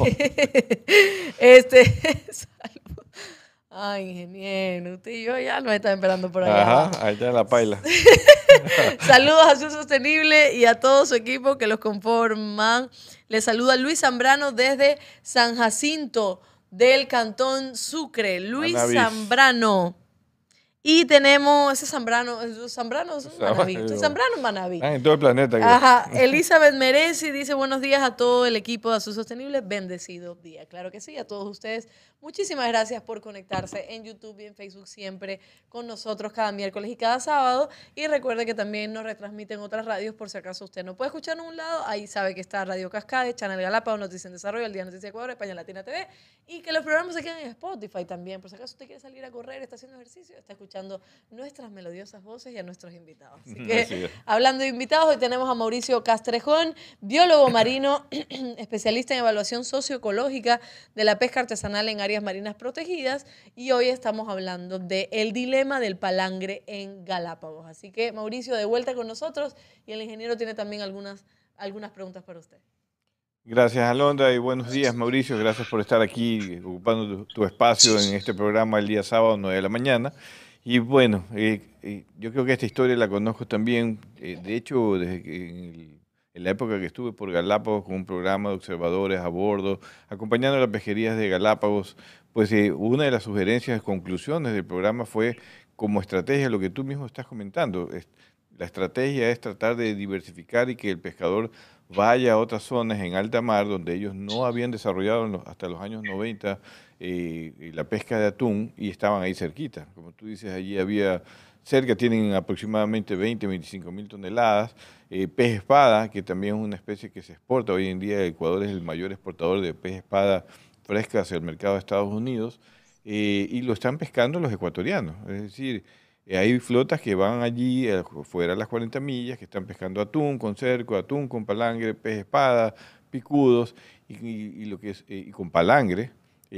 Salud. Ay, ingeniero, usted y yo ya nos están esperando por allá. Ajá, allá en la paila. Saludos a Azul Sostenible y a todo su equipo que los conforman. Les saluda Luis Zambrano desde San Jacinto del Cantón Sucre. Luis Manabí. Zambrano. Y tenemos ese Zambrano es un Manabí. Zambrano Manabí. En todo el planeta. Ajá. Elizabeth Merezi dice buenos días a todo el equipo de Azul Sostenible. Bendecido día. Claro que sí, a todos ustedes. Muchísimas gracias por conectarse en YouTube y en Facebook siempre con nosotros cada miércoles y cada sábado. Y recuerde que también nos retransmiten otras radios por si acaso usted no puede escuchar en un lado. Ahí sabe que está Radio Cascade, Channel Galápagos, Noticias en Desarrollo, El Día Noticias Ecuador, España Latina TV. Y que los programas se quedan en Spotify también. Por si acaso usted quiere salir a correr, está haciendo ejercicio, está escuchando escuchando nuestras melodiosas voces y a nuestros invitados. Así que, hablando de invitados, hoy tenemos a Mauricio Castrejón, biólogo marino, especialista en evaluación socioecológica de la pesca artesanal en áreas marinas protegidas, y hoy estamos hablando del dilema del palangre en Galápagos. Así que, Mauricio, de vuelta con nosotros, y el ingeniero tiene también algunas preguntas para usted. Gracias, Alondra, y buenos días, Mauricio. Gracias por estar aquí ocupando tu espacio en este programa el día sábado, 9 de la mañana. Y bueno, yo creo que esta historia la conozco también, de hecho, desde que en la época que estuve por Galápagos con un programa de observadores a bordo, acompañando a las pesquerías de Galápagos, pues una de las sugerencias, conclusiones del programa fue como estrategia, lo que tú mismo estás comentando. La estrategia es tratar de diversificar y que el pescador vaya a otras zonas en alta mar donde ellos no habían desarrollado hasta los años 90 la pesca de atún y estaban ahí cerquita. Como tú dices, allí había cerca, tienen aproximadamente 25 mil toneladas. Pez espada, que también es una especie que se exporta. Hoy en día Ecuador es el mayor exportador de pez espada fresca hacia el mercado de Estados Unidos y lo están pescando los ecuatorianos. Es decir, hay flotas que van allí fuera de las 40 millas, que están pescando atún con cerco, atún con palangre, pez espada, picudos y con palangre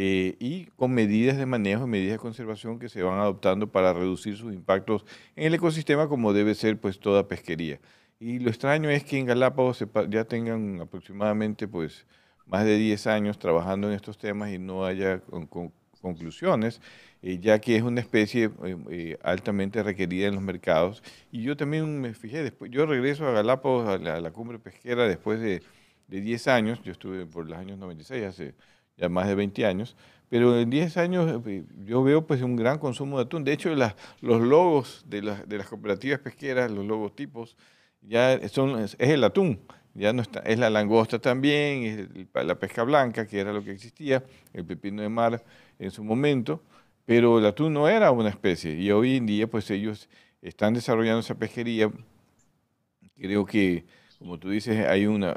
y con medidas de manejo y medidas de conservación que se van adoptando para reducir sus impactos en el ecosistema, como debe ser pues toda pesquería. Y lo extraño es que en Galápagos ya tengan aproximadamente pues más de 10 años trabajando en estos temas y no haya conclusiones, ya que es una especie altamente requerida en los mercados. Y yo también me fijé, después, yo regreso a Galápagos, a la cumbre pesquera, después de 10 años, yo estuve por los años 96, hace ya más de 20 años, pero en 10 años yo veo pues un gran consumo de atún. De hecho, los logos de las cooperativas pesqueras, los logotipos, ya es el atún. Ya no está, es la langosta también, es la pesca blanca, que era lo que existía, el pepino de mar en su momento, pero el atún no era una especie, y hoy en día pues ellos están desarrollando esa pesquería. Creo que, como tú dices, hay una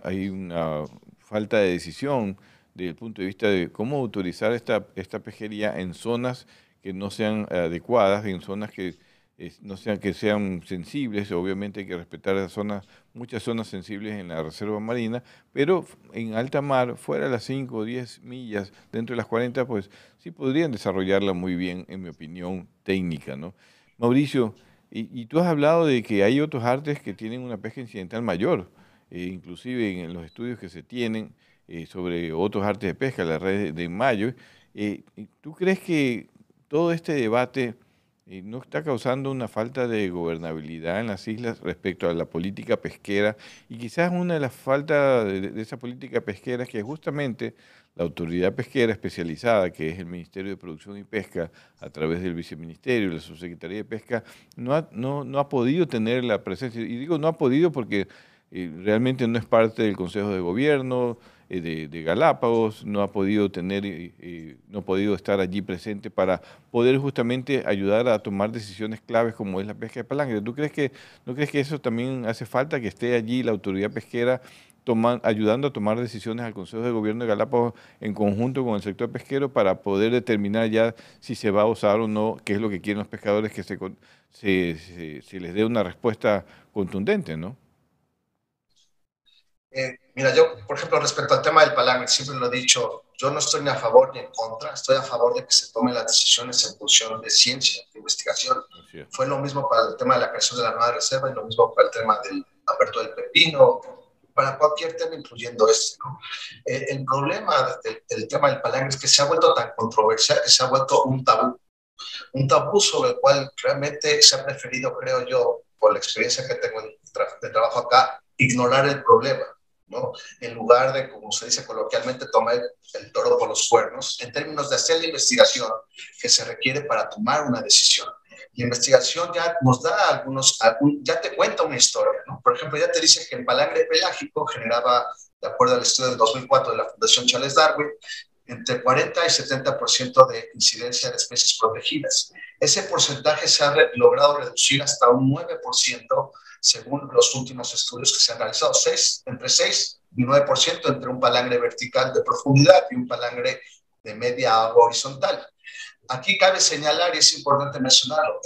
falta de decisión desde el punto de vista de cómo autorizar esta pesquería en zonas que no sean adecuadas, en zonas que sean sensibles. Obviamente hay que respetar esas zonas, muchas zonas sensibles en la reserva marina, pero en alta mar, fuera de las 5 o 10 millas, dentro de las 40, pues sí podrían desarrollarla muy bien, en mi opinión técnica, ¿no? Mauricio, y tú has hablado de que hay otros artes que tienen una pesca incidental mayor, inclusive en los estudios que se tienen sobre otros artes de pesca, la red de Mayo. ¿Tú crees que todo este debate no está causando una falta de gobernabilidad en las islas respecto a la política pesquera? Y quizás una de las faltas de esa política pesquera es que justamente la autoridad pesquera especializada, que es el Ministerio de Producción y Pesca, a través del Viceministerio y la Subsecretaría de Pesca, no ha podido tener la presencia. Y digo no ha podido porque realmente no es parte del Consejo de Gobierno de Galápagos, no ha podido no ha podido estar allí presente para poder justamente ayudar a tomar decisiones claves como es la pesca de palangre. ¿No crees que eso también hace falta, que esté allí la autoridad pesquera ayudando a tomar decisiones al Consejo de Gobierno de Galápagos en conjunto con el sector pesquero para poder determinar ya si se va a usar o no, qué es lo que quieren los pescadores, que se les dé una respuesta contundente, ¿no? Mira, yo, por ejemplo, respecto al tema del palangre, siempre lo he dicho, yo no estoy ni a favor ni en contra, estoy a favor de que se tomen las decisiones en función de ciencia, de investigación. Fue lo mismo para el tema de la creación de la nueva reserva y lo mismo para el tema del apertura del pepino, para cualquier tema, incluyendo este, ¿no? El problema del tema del palangre es que se ha vuelto tan controversial que se ha vuelto un tabú sobre el cual realmente se ha preferido, creo yo, por la experiencia que tengo de trabajo acá, ignorar el problema, ¿no? En lugar de, como se dice coloquialmente, tomar el toro por los cuernos, en términos de hacer la investigación que se requiere para tomar una decisión. La investigación ya nos da ya te cuenta una historia, ¿no? Por ejemplo, ya te dice que el palangre pelágico generaba, de acuerdo al estudio del 2004 de la Fundación Charles Darwin, entre 40 y 70% de incidencia de especies protegidas. Ese porcentaje se ha logrado reducir hasta un 9% según los últimos estudios que se han realizado, entre 6 y 9% entre un palangre vertical de profundidad y un palangre de media agua horizontal. aquí cabe señalar, y es importante mencionarlo,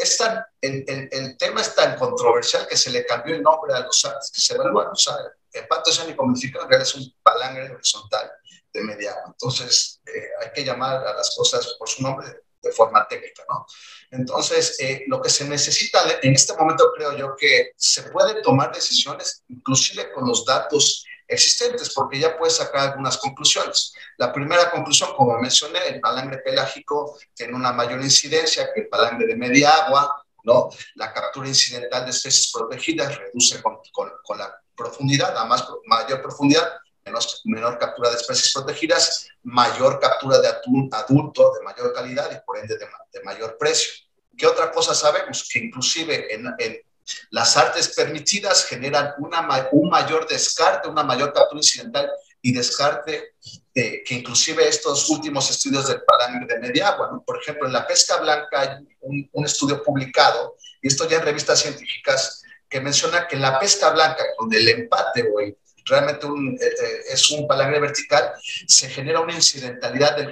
el tema es tan controversial que se le cambió el nombre a los artes que se evalúan. O sea, el pacto oceánico modificado en realidad es un palangre horizontal de media agua. Entonces, hay que llamar a las cosas por su nombre de forma técnica, ¿no? Entonces, lo que se necesita en este momento, creo yo, que se pueden tomar decisiones, inclusive con los datos existentes, porque ya puedes sacar algunas conclusiones. La primera conclusión, como mencioné, el palangre pelágico tiene una mayor incidencia que el palangre de media agua, ¿no? La captura incidental de especies protegidas reduce con la profundidad, a mayor profundidad, menor captura de especies protegidas, mayor captura de atún adulto de mayor calidad y por ende de mayor precio. ¿Qué otra cosa sabemos? Que inclusive en las artes permitidas generan un mayor descarte, una mayor captura incidental y descarte, que inclusive estos últimos estudios del palangre de media agua, ¿no? Por ejemplo, en la pesca blanca hay un estudio publicado, y esto ya en revistas científicas, que menciona que en la pesca blanca, donde el empate realmente es un palangre vertical, se genera una incidentalidad del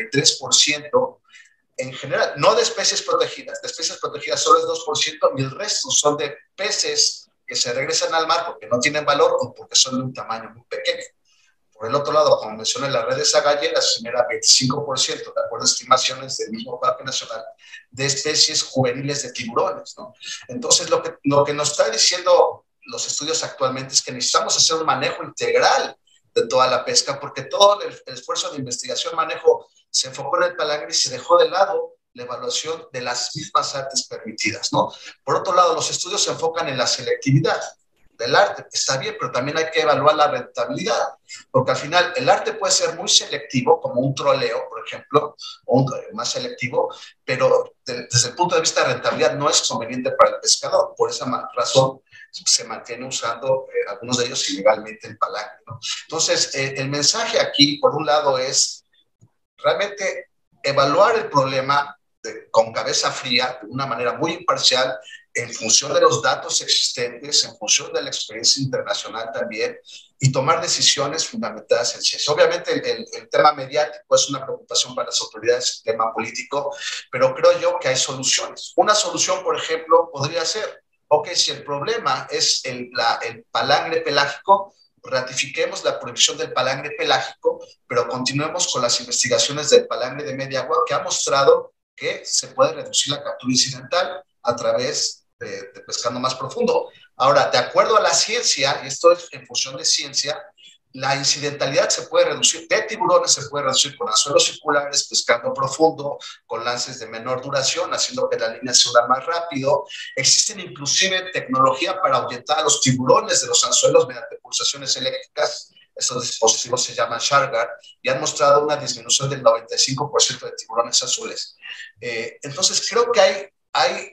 43%, en general, no de especies protegidas solo es 2% y el resto son de peces que se regresan al mar porque no tienen valor o porque son de un tamaño muy pequeño. Por el otro lado, como mencioné, las redes agalleras genera 25%, de acuerdo a estimaciones del mismo Parque Nacional, de especies juveniles de tiburones, ¿no? Entonces, lo que nos está diciendo los estudios actualmente es que necesitamos hacer un manejo integral de toda la pesca, porque todo el esfuerzo de investigación, manejo, se enfocó en el palangre y se dejó de lado la evaluación de las mismas artes permitidas, ¿no? Por otro lado, los estudios se enfocan en la selectividad del arte. Está bien, pero también hay que evaluar la rentabilidad, porque al final el arte puede ser muy selectivo, como un troleo, por ejemplo, o más selectivo, pero desde el punto de vista de rentabilidad no es conveniente para el pescador. Por esa razón se mantiene usando algunos de ellos ilegalmente el palangre, ¿no? Entonces, el mensaje aquí, por un lado, es realmente evaluar el problema con cabeza fría, de una manera muy imparcial, en función de los datos existentes, en función de la experiencia internacional también, y tomar decisiones fundamentadas en ciencia. Obviamente el tema mediático es una preocupación para las autoridades, el tema político, pero creo yo que hay soluciones. Una solución, por ejemplo, podría ser, ok, si el problema es el palangre pelágico, ratifiquemos la prohibición del palangre pelágico, pero continuemos con las investigaciones del palangre de media agua, que ha mostrado que se puede reducir la captura incidental a través de pescando más profundo. Ahora, de acuerdo a la ciencia, y esto es en función de ciencia, la incidentalidad se puede reducir, de tiburones se puede reducir con anzuelos circulares, pescando profundo, con lances de menor duración, haciendo que la línea se una más rápido. Existen inclusive tecnología para ahuyentar a los tiburones de los anzuelos mediante pulsaciones eléctricas. Estos dispositivos se llaman SharkGuard y han mostrado una disminución del 95% de tiburones azules. Entonces, creo que hay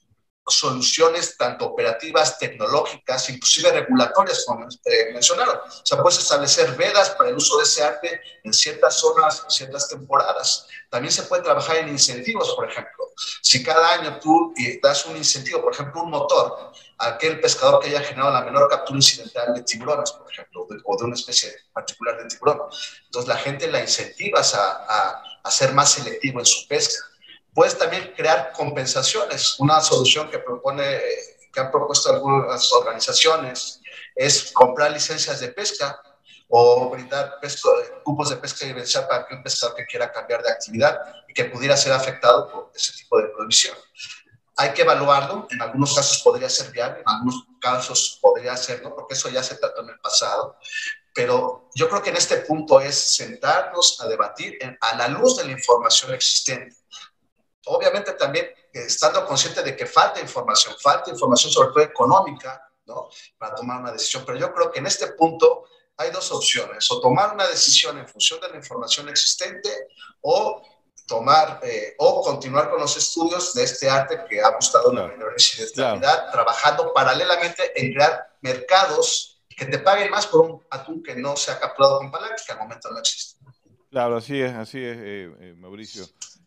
soluciones tanto operativas, tecnológicas, inclusive regulatorias, como mencionaron. O sea, puedes establecer vedas para el uso de ese arte en ciertas zonas, en ciertas temporadas. También se puede trabajar en incentivos, por ejemplo. Si cada año tú das un incentivo, por ejemplo, un motor, a aquel pescador que haya generado la menor captura incidental de tiburones, por ejemplo, o de una especie particular de tiburón, entonces la gente la incentivas a ser más selectivo en su pesca. Puedes también crear compensaciones. Una solución que han propuesto algunas organizaciones es comprar licencias de pesca o brindar cupos de pesca diferencial para aquel pescador que quiera cambiar de actividad y que pudiera ser afectado por ese tipo de prohibición. Hay que evaluarlo. En algunos casos podría ser viable, en algunos casos podría serlo, porque eso ya se trató en el pasado. Pero yo creo que en este punto es sentarnos a debatir a la luz de la información existente. Obviamente también estando consciente de que falta información sobre todo económica, ¿no?, para tomar una decisión. Pero yo creo que en este punto hay dos opciones: o tomar una decisión en función de la información existente, o continuar con los estudios de este arte que ha mostrado una menor incidentalidad, trabajando paralelamente en crear mercados que te paguen más por un atún que no se ha capturado con palangre, que al momento no existe. Claro, así es, Mauricio.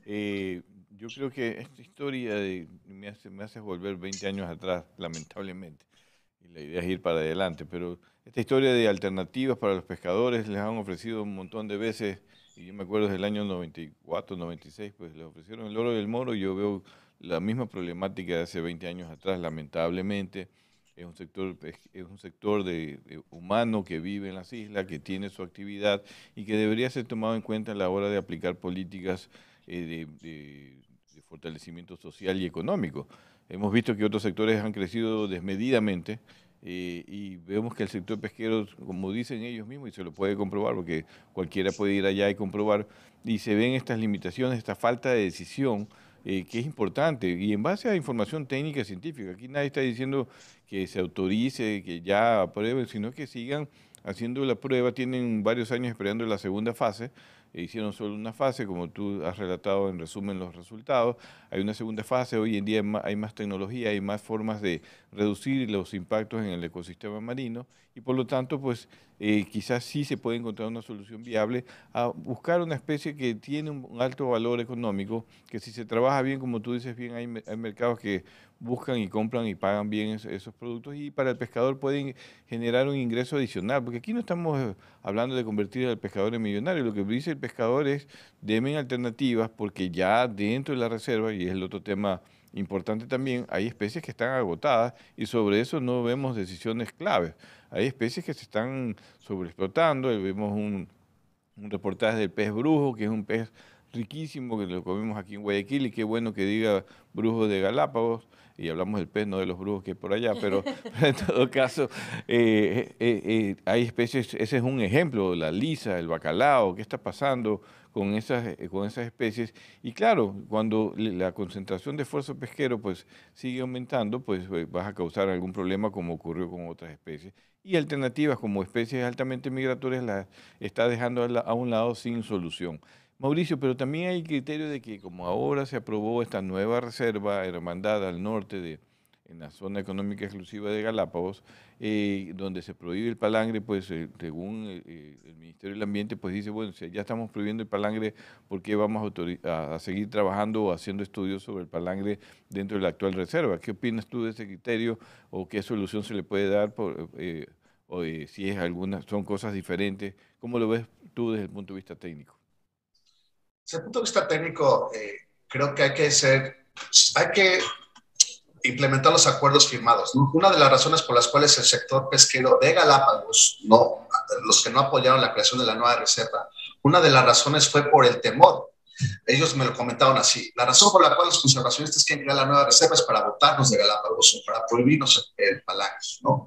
Yo creo que esta historia me hace volver 20 años atrás, lamentablemente, y la idea es ir para adelante, pero esta historia de alternativas para los pescadores les han ofrecido un montón de veces y yo me acuerdo desde el año 94, 96, pues le ofrecieron el oro del Moro y yo veo la misma problemática de hace 20 años atrás, lamentablemente. Es un sector humano que vive en las islas, que tiene su actividad y que debería ser tomado en cuenta a la hora de aplicar políticas de fortalecimiento social y económico. Hemos visto que otros sectores han crecido desmedidamente y vemos que el sector pesquero, como dicen ellos mismos, y se lo puede comprobar porque cualquiera puede ir allá y comprobar, y se ven estas limitaciones, esta falta de decisión, que es importante, y en base a información técnica y científica. Aquí nadie está diciendo que se autorice, que ya aprueben, sino que sigan haciendo la prueba. Tienen varios años esperando la segunda fase, hicieron solo una fase, como tú has relatado en resumen los resultados. Hay una segunda fase, hoy en día hay más tecnología, hay más formas de reducir los impactos en el ecosistema marino y por lo tanto pues quizás sí se puede encontrar una solución viable a buscar una especie que tiene un alto valor económico, que si se trabaja bien, como tú dices bien, hay mercados que buscan y compran y pagan bien esos productos y para el pescador pueden generar un ingreso adicional, porque aquí no estamos hablando de convertir al pescador en millonario, lo que dice el pescador es denme alternativas porque ya dentro de la reserva, y es el otro tema importante también, hay especies que están agotadas y sobre eso no vemos decisiones claves. Hay especies que se están sobreexplotando, vemos un reportaje del pez brujo, que es un pez riquísimo, que lo comemos aquí en Guayaquil, y qué bueno que diga brujo de Galápagos, y hablamos del pez, no de los brujos que hay por allá, pero en todo caso hay especies, ese es un ejemplo, la lisa, el bacalao, qué está pasando con esas especies, y claro, cuando la concentración de esfuerzo pesquero pues sigue aumentando, pues vas a causar algún problema como ocurrió con otras especies, y alternativas como especies altamente migratorias las está dejando a un lado sin solución. Mauricio, pero también hay criterio de que como ahora se aprobó esta nueva reserva hermandad al norte en la zona económica exclusiva de Galápagos, donde se prohíbe el palangre, pues según el Ministerio del Ambiente, pues dice, bueno, si ya estamos prohibiendo el palangre, ¿por qué vamos a seguir trabajando o haciendo estudios sobre el palangre dentro de la actual reserva? ¿Qué opinas tú de ese criterio o qué solución se le puede dar o si es son cosas diferentes? ¿Cómo lo ves tú desde el punto de vista técnico? Desde el punto de vista técnico, creo que hay que implementar los acuerdos firmados, ¿no? Una de las razones por las cuales el sector pesquero de Galápagos, los que no apoyaron la creación de la nueva reserva, una de las razones fue por el temor. Ellos me lo comentaron así. La razón por la cual los conservacionistas quieren crear la nueva reserva es para botarnos de Galápagos o para prohibirnos el palangre, ¿no?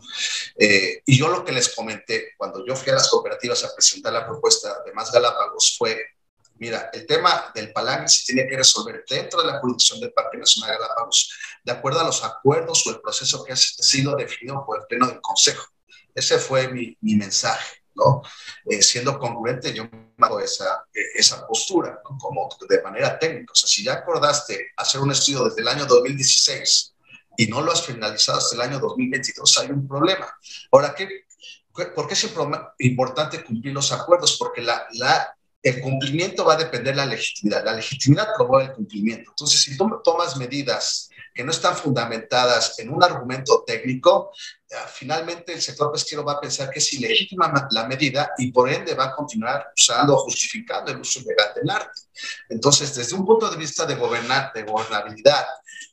Y yo lo que les comenté cuando yo fui a las cooperativas a presentar la propuesta de Más Galápagos fue: mira, el tema del palangre se tiene que resolver dentro de la jurisdicción del Parque Nacional de Galápagos, de acuerdo a los acuerdos o el proceso que ha sido definido por el Pleno del Consejo. Ese fue mi mensaje, ¿no? Siendo congruente, yo hago esa postura, ¿no? Como de manera técnica. O sea, si ya acordaste hacer un estudio desde el año 2016 y no lo has finalizado hasta el año 2022, hay un problema. Ahora, ¿por qué es importante cumplir los acuerdos? Porque el cumplimiento va a depender de la legitimidad. La legitimidad promueve el cumplimiento. Entonces, si tú tomas medidas que no están fundamentadas en un argumento técnico, finalmente el sector pesquero va a pensar que es ilegítima la medida y por ende va a continuar usando o justificando el uso ilegal del arte. Entonces, desde un punto de vista de gobernabilidad,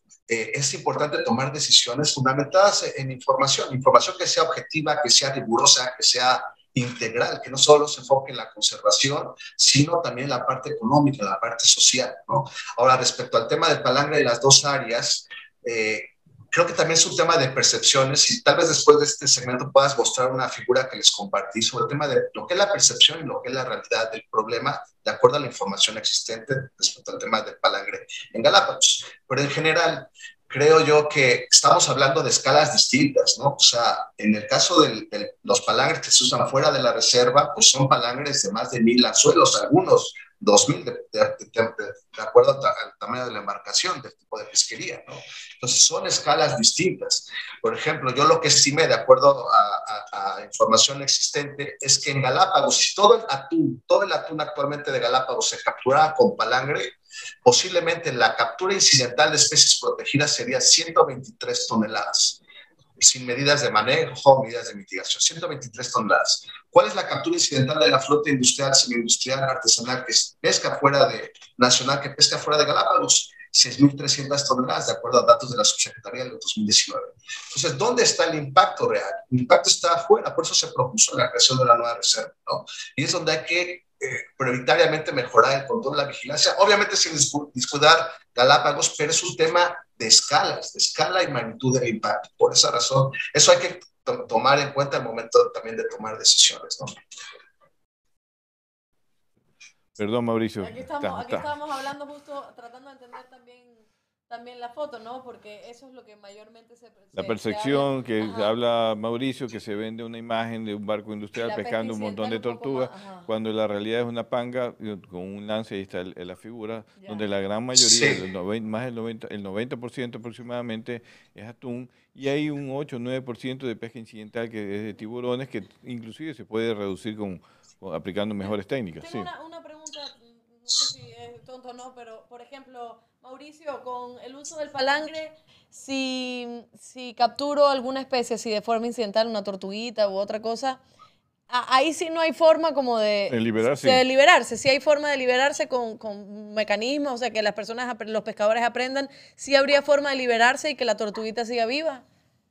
es importante tomar decisiones fundamentadas en información que sea objetiva, que sea rigurosa, que sea integral, que no solo se enfoque en la conservación, sino también en la parte económica, en la parte social, ¿no? Ahora, respecto al tema del palangre de las dos áreas, creo que también es un tema de percepciones y tal vez después de este segmento puedas mostrar una figura que les compartí sobre el tema de lo que es la percepción y lo que es la realidad del problema, de acuerdo a la información existente respecto al tema del palangre en Galápagos. Pero en general, creo yo que estamos hablando de escalas distintas, ¿no? O sea, en el caso de los palangres que se usan fuera de la reserva, pues son palangres de más de 1,000 anzuelos, algunos 2,000, de acuerdo al tamaño de la embarcación, del tipo de pesquería, ¿no? Entonces, son escalas distintas. Por ejemplo, yo lo que estimé, de acuerdo a información existente, es que en Galápagos, si todo el atún actualmente de Galápagos se capturara con palangre, posiblemente la captura incidental de especies protegidas sería 123 toneladas. sin medidas de manejo, medidas de mitigación, 123 toneladas. ¿Cuál es la captura incidental de la flota industrial, semi-industrial, artesanal que pesca fuera de nacional, que pesca fuera de Galápagos? 6.300 toneladas, de acuerdo a datos de la Subsecretaría del 2019. Entonces, ¿dónde está el impacto real? El impacto está afuera, por eso se propuso la creación de la nueva reserva, ¿no? Y es donde hay que prioritariamente mejorar el control, la vigilancia, obviamente sin descuidar Galápagos, pero es un tema de escala y magnitud del impacto. Por esa razón, eso hay que tomar en cuenta al momento también de tomar decisiones, ¿no? Perdón, Mauricio. Aquí estábamos hablando justo, tratando de entender también la foto, ¿no? Porque eso es lo que mayormente la percepción habla. que Ajá. habla Mauricio, que se vende una imagen de un barco industrial pescando un montón de tortugas, cuando la realidad es una panga con un lance, ahí está la figura, donde la gran mayoría, más del 90% aproximadamente es atún, y hay un 8-9% de pesca incidental que es de tiburones, que inclusive se puede reducir aplicando mejores técnicas. Tengo una pregunta, no sé si es tonto o no, pero por ejemplo, Mauricio, con el uso del palangre, si capturo alguna especie, si de forma incidental, una tortuguita u otra cosa, ahí sí no hay forma como de liberarse. Sí hay forma de liberarse con mecanismos, o sea, que las personas, los pescadores aprendan, sí habría forma de liberarse y que la tortuguita siga viva.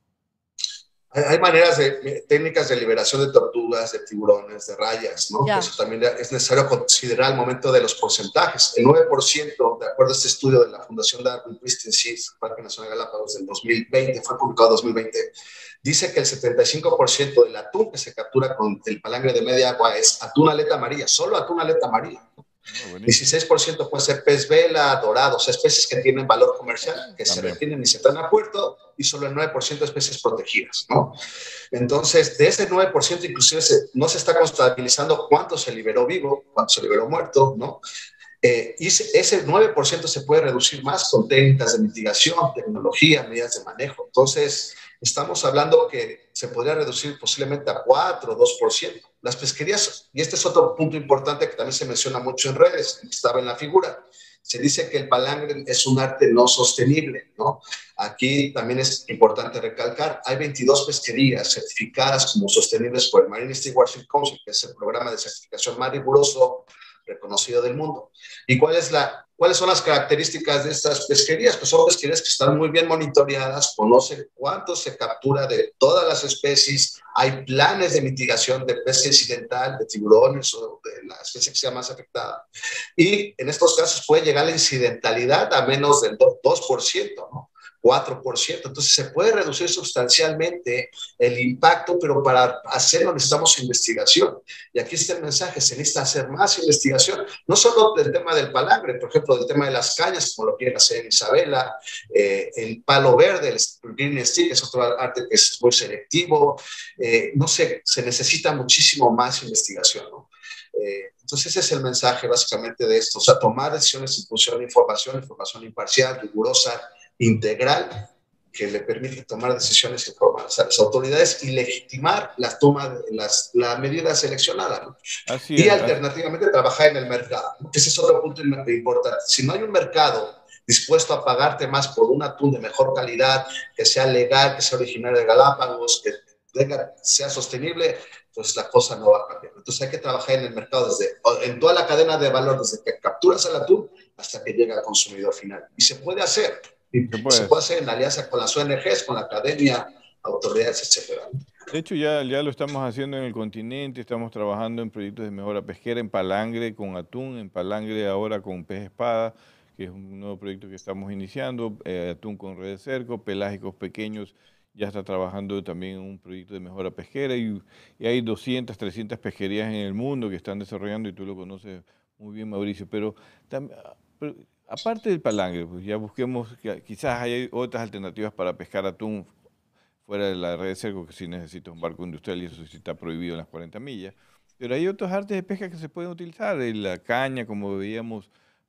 Hay maneras técnicas de liberación de tortugas, de tiburones, de rayas, ¿no? Eso también es necesario considerar al momento de los porcentajes. El 9%, de acuerdo a este estudio de la Fundación Darwin Christian Seas, Parque Nacional Galápagos del 2020, fue publicado en 2020, dice que el 75% del atún que se captura con el palangre de media agua es atún aleta amarilla, solo atún aleta amarilla. 16% puede ser pez vela, dorado, o sea, especies que tienen valor comercial, que se retienen y se traen a puerto, y solo el 9% de especies protegidas, ¿no? Entonces, de ese 9%, inclusive no se está contabilizando cuánto se liberó vivo, cuánto se liberó muerto, ¿no? Y ese 9% se puede reducir más con técnicas de mitigación, tecnología, medidas de manejo. Entonces, estamos hablando que se podría reducir posiblemente a 4 o 2%. Las pesquerías, y este es otro punto importante que también se menciona mucho en redes, estaba en la figura, se dice que el palangre es un arte no sostenible, ¿no? Aquí también es importante recalcar, hay 22 pesquerías certificadas como sostenibles por el Marine Stewardship Council, que es el programa de certificación más riguroso reconocido del mundo. ¿Y cuáles son las características de estas pesquerías? Pues son pesquerías que están muy bien monitoreadas, conocen cuánto se captura de todas las especies, hay planes de mitigación de pesca incidental, de tiburones o de la especie que sea más afectada. Y en estos casos puede llegar la incidentalidad a menos del 2%, ¿no? 4%. Entonces se puede reducir sustancialmente el impacto, pero para hacerlo necesitamos investigación. Y aquí está el mensaje, se necesita hacer más investigación, no solo del tema del palangre, por ejemplo, del tema de las cañas, como lo quieren hacer en Isabela, el palo verde, el green stick, es otro arte que es muy selectivo. No sé, se necesita muchísimo más investigación, ¿no? Entonces ese es el mensaje básicamente de esto, o sea, tomar decisiones en función de información imparcial, rigurosa, integral, que le permite tomar decisiones informadas a las autoridades y legitimar la medida seleccionada, ¿no? Y alternativamente trabajar en el mercado, ¿no? Ese es otro punto importante. Si no hay un mercado dispuesto a pagarte más por un atún de mejor calidad, que sea legal, que sea originario de Galápagos, que sea sostenible, pues la cosa no va a cambiar. Entonces hay que trabajar en el mercado en toda la cadena de valor, desde que capturas el atún hasta que llega al consumidor final. Y se puede hacer. Se puede hacer en alianza con las ONGs, con la academia, autoridades, etcétera. De hecho, ya lo estamos haciendo en el continente, estamos trabajando en proyectos de mejora pesquera, en palangre con atún, en palangre ahora con pez espada, que es un nuevo proyecto que estamos iniciando, atún con red de cerco, pelágicos pequeños, ya está trabajando también en un proyecto de mejora pesquera y hay 200, 300 pesquerías en el mundo que están desarrollando y tú lo conoces muy bien, Mauricio, pero aparte del palangre, pues ya busquemos, quizás hay otras alternativas para pescar atún fuera de la red de cerco, que sí necesita un barco industrial y eso sí está prohibido en las 40 millas. Pero hay otros artes de pesca que se pueden utilizar, la caña, como veíamos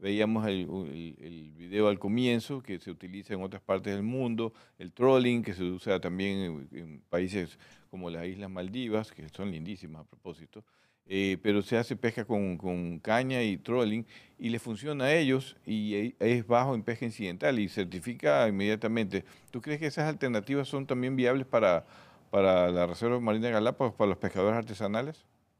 el video al comienzo, que se utiliza en otras partes del mundo, el trolling, que se usa también en países como las Islas Maldivas, que son lindísimas a propósito. pero se hace pesca con caña y trolling y le funciona a ellos y es bajo en pesca incidental y certifica inmediatamente. ¿Tú crees que esas alternativas son también viables para la Reserva Marina de Galápagos, para los pescadores artesanales?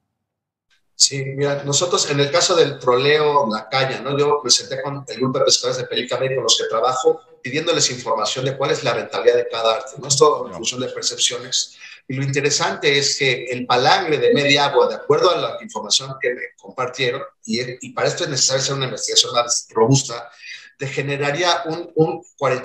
Sí, mira, nosotros en el caso del troleo, la caña, ¿no? Yo me senté con el grupo de pescadores de Pelican Bay con los que trabajo, pidiéndoles información de cuál es la rentabilidad de cada arte, ¿no? Esto en función de percepciones. Y lo interesante es que el palangre de media agua, de acuerdo a la información que me compartieron, y para esto es necesario hacer una investigación más robusta, te generaría un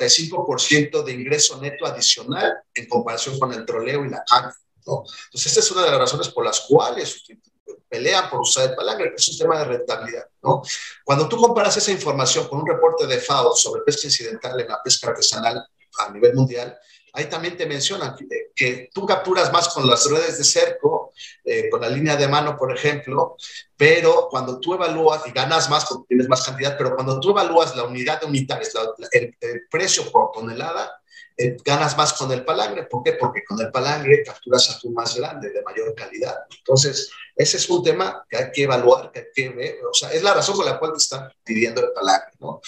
45% de ingreso neto adicional en comparación con el troleo y la caña, ¿no? Entonces, esta es una de las razones por las cuales pelean por usar el palangre, es un tema de rentabilidad, ¿no? Cuando tú comparas esa información con un reporte de FAO sobre pesca incidental en la pesca artesanal a nivel mundial, ahí también te mencionan que tú capturas más con las redes de cerco, con la línea de mano, por ejemplo, pero cuando tú evalúas, y ganas más porque tienes más cantidad, pero cuando tú evalúas la unidad de unitarios, el precio por tonelada, ganas más con el palangre. ¿Por qué? Porque con el palangre capturas atún más grande, de mayor calidad. Entonces, ese es un tema que hay que evaluar, que hay que ver. O sea, es la razón por la cual te están pidiendo el palangre, ¿no?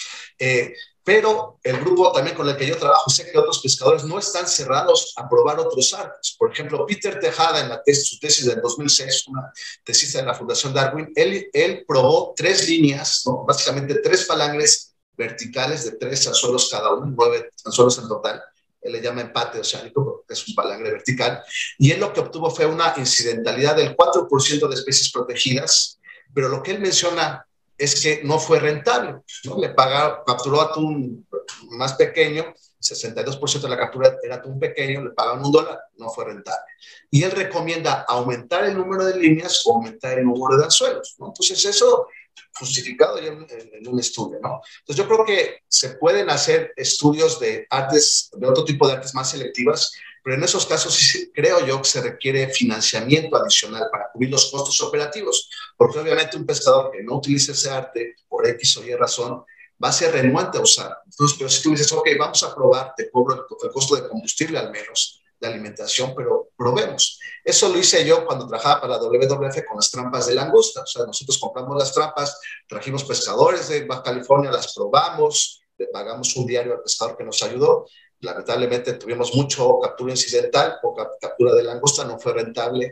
Pero el grupo también con el que yo trabajo, sé que otros pescadores no están cerrados a probar otros artes. Por ejemplo, Peter Tejada, en su tesis del 2006, una tesis de la Fundación Darwin, él probó 3 líneas, ¿no? Básicamente 3 palangres verticales de 3 anzuelos cada uno, 9 anzuelos en total. Él le llama empate oceánico porque es un palangre vertical. Y él lo que obtuvo fue una incidentalidad del 4% de especies protegidas, pero lo que él menciona es que no fue rentable, ¿no? Capturó atún más pequeño, 62% de la captura era atún pequeño, le pagaban $1, no fue rentable. Y él recomienda aumentar el número de líneas o aumentar el número de anzuelos, ¿no? Entonces eso justificado ya en un estudio, ¿no? Entonces yo creo que se pueden hacer estudios de artes, de otro tipo de artes más selectivas, pero en esos casos sí creo yo que se requiere financiamiento adicional para cubrir los costos operativos, porque obviamente un pescador que no utilice ese arte por X o Y razón va a ser renuente a usar. Entonces, pero si tú dices, ok, vamos a probar, te cobro el costo de combustible al menos, de alimentación, pero probemos. Eso lo hice yo cuando trabajaba para WWF con las trampas de langosta. O sea, nosotros compramos las trampas, trajimos pescadores de Baja California, las probamos, le pagamos un diario al pescador que nos ayudó. Lamentablemente tuvimos mucho captura incidental, poca captura de langosta, no fue rentable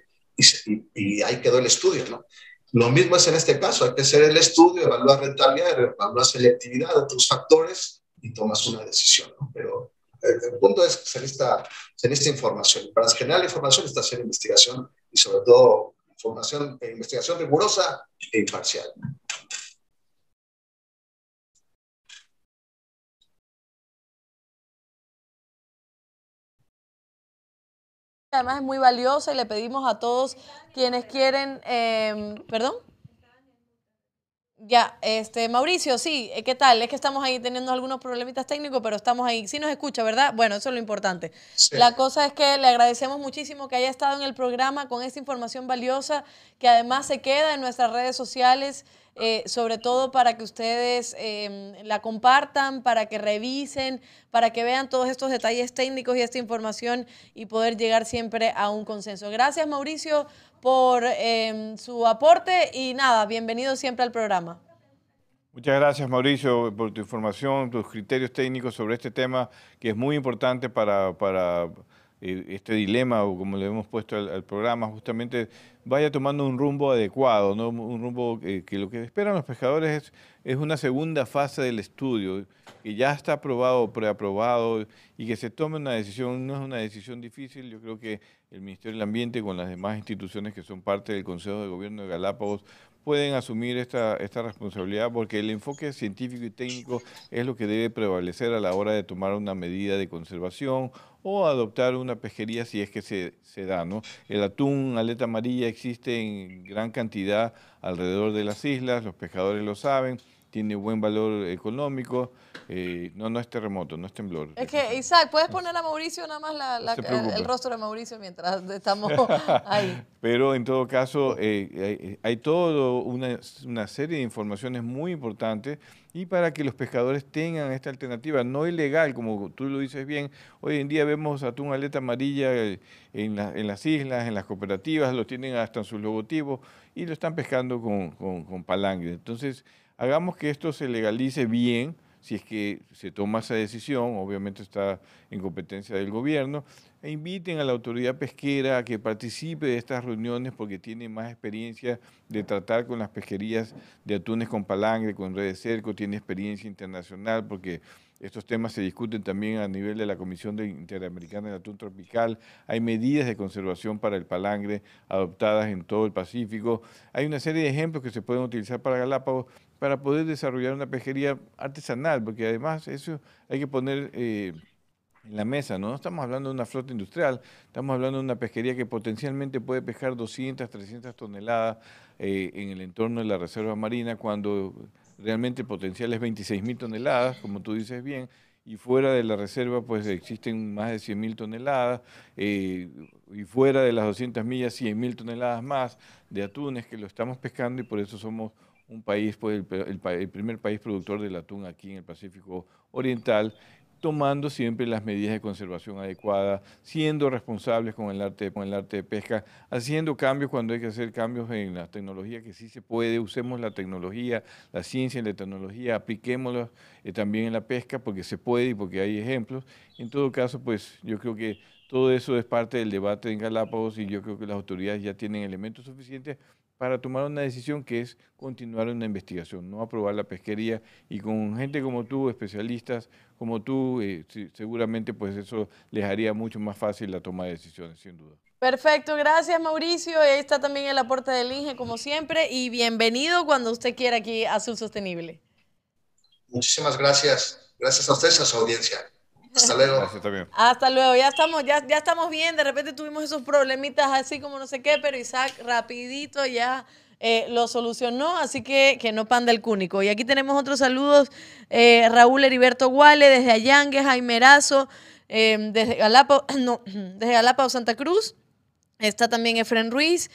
y ahí quedó el estudio, ¿no? Lo mismo es en este caso, hay que hacer el estudio, evaluar rentabilidad, evaluar selectividad, otros factores y tomas una decisión, ¿no? Pero el punto es que se necesita información. Para generar la información necesita hacer investigación y sobre todo investigación rigurosa e imparcial. Además es muy valiosa y le pedimos a todos quienes quieren, ¿perdón? Ya, Mauricio, sí, ¿qué tal? Es que estamos ahí teniendo algunos problemitas técnicos, pero estamos ahí. Sí nos escucha, ¿verdad? Bueno, eso es lo importante. Sí. La cosa es que le agradecemos muchísimo que haya estado en el programa con esta información valiosa, que además se queda en nuestras redes sociales, sobre todo para que ustedes la compartan, para que revisen, para que vean todos estos detalles técnicos y esta información y poder llegar siempre a un consenso. Gracias, Mauricio, por su aporte y nada, bienvenido siempre al programa. Muchas gracias, Mauricio, por tu información, tus criterios técnicos sobre este tema que es muy importante para este dilema, o como le hemos puesto al programa, justamente vaya tomando un rumbo adecuado, ¿no? Un rumbo que lo que esperan los pescadores es una segunda fase del estudio, que ya está aprobado, preaprobado, y que se tome una decisión. No es una decisión difícil. Yo creo que el Ministerio del Ambiente con las demás instituciones que son parte del Consejo de Gobierno de Galápagos pueden asumir esta responsabilidad, porque el enfoque científico y técnico es lo que debe prevalecer a la hora de tomar una medida de conservación o adoptar una pesquería si es que se da, ¿no? El atún aleta amarilla existe en gran cantidad alrededor de las islas, los pescadores lo saben, tiene buen valor económico. No es terremoto, no es temblor. Es que, Isaac, ¿puedes poner a Mauricio nada más el rostro de Mauricio mientras estamos ahí? Pero en todo caso, hay toda una serie de informaciones muy importantes y para que los pescadores tengan esta alternativa no ilegal, como tú lo dices bien. Hoy en día vemos atún aleta amarilla en las islas, en las cooperativas, lo tienen hasta en sus logotipos y lo están pescando con palangre. Entonces, hagamos que esto se legalice bien. Si es que se toma esa decisión, obviamente está en competencia del gobierno, e inviten a la autoridad pesquera a que participe de estas reuniones porque tiene más experiencia de tratar con las pesquerías de atunes con palangre, con red de cerco, tiene experiencia internacional porque estos temas se discuten también a nivel de la Comisión Interamericana del Atún Tropical. Hay medidas de conservación para el palangre adoptadas en todo el Pacífico. Hay una serie de ejemplos que se pueden utilizar para Galápagos para poder desarrollar una pesquería artesanal, porque además eso hay que poner en la mesa, ¿no? No estamos hablando de una flota industrial, estamos hablando de una pesquería que potencialmente puede pescar 200, 300 toneladas en el entorno de la reserva marina, cuando realmente el potencial es 26.000 toneladas, como tú dices bien, y fuera de la reserva pues existen más de 100.000 toneladas, y fuera de las 200 millas 100.000 toneladas más de atunes que lo estamos pescando y por eso somos un país, pues el primer país productor del atún aquí en el Pacífico Oriental, tomando siempre las medidas de conservación adecuadas, siendo responsables con el arte de pesca, haciendo cambios cuando hay que hacer cambios en la tecnología, que sí se puede, usemos la tecnología, la ciencia y la tecnología, apliquémosla también en la pesca, porque se puede y porque hay ejemplos. En todo caso, pues yo creo que todo eso es parte del debate en Galápagos y yo creo que las autoridades ya tienen elementos suficientes para tomar una decisión que es continuar una investigación, no aprobar la pesquería y con gente como tú, especialistas como tú, seguramente pues eso les haría mucho más fácil la toma de decisiones, sin duda. Perfecto, gracias Mauricio. Ahí está también el aporte del INGE como siempre y bienvenido cuando usted quiera aquí a Azul Sostenible. Muchísimas gracias. Gracias a ustedes y a su audiencia. Hasta luego. Gracias también. Hasta luego, ya estamos bien, de repente tuvimos esos problemitas así como no sé qué, pero Isaac rapidito ya lo solucionó, así que no panda el cúnico. Y aquí tenemos otros saludos, Raúl Heriberto Guale, desde Allangue, Jaime Erazo, desde Galápagos, Santa Cruz, está también Efren Ruiz,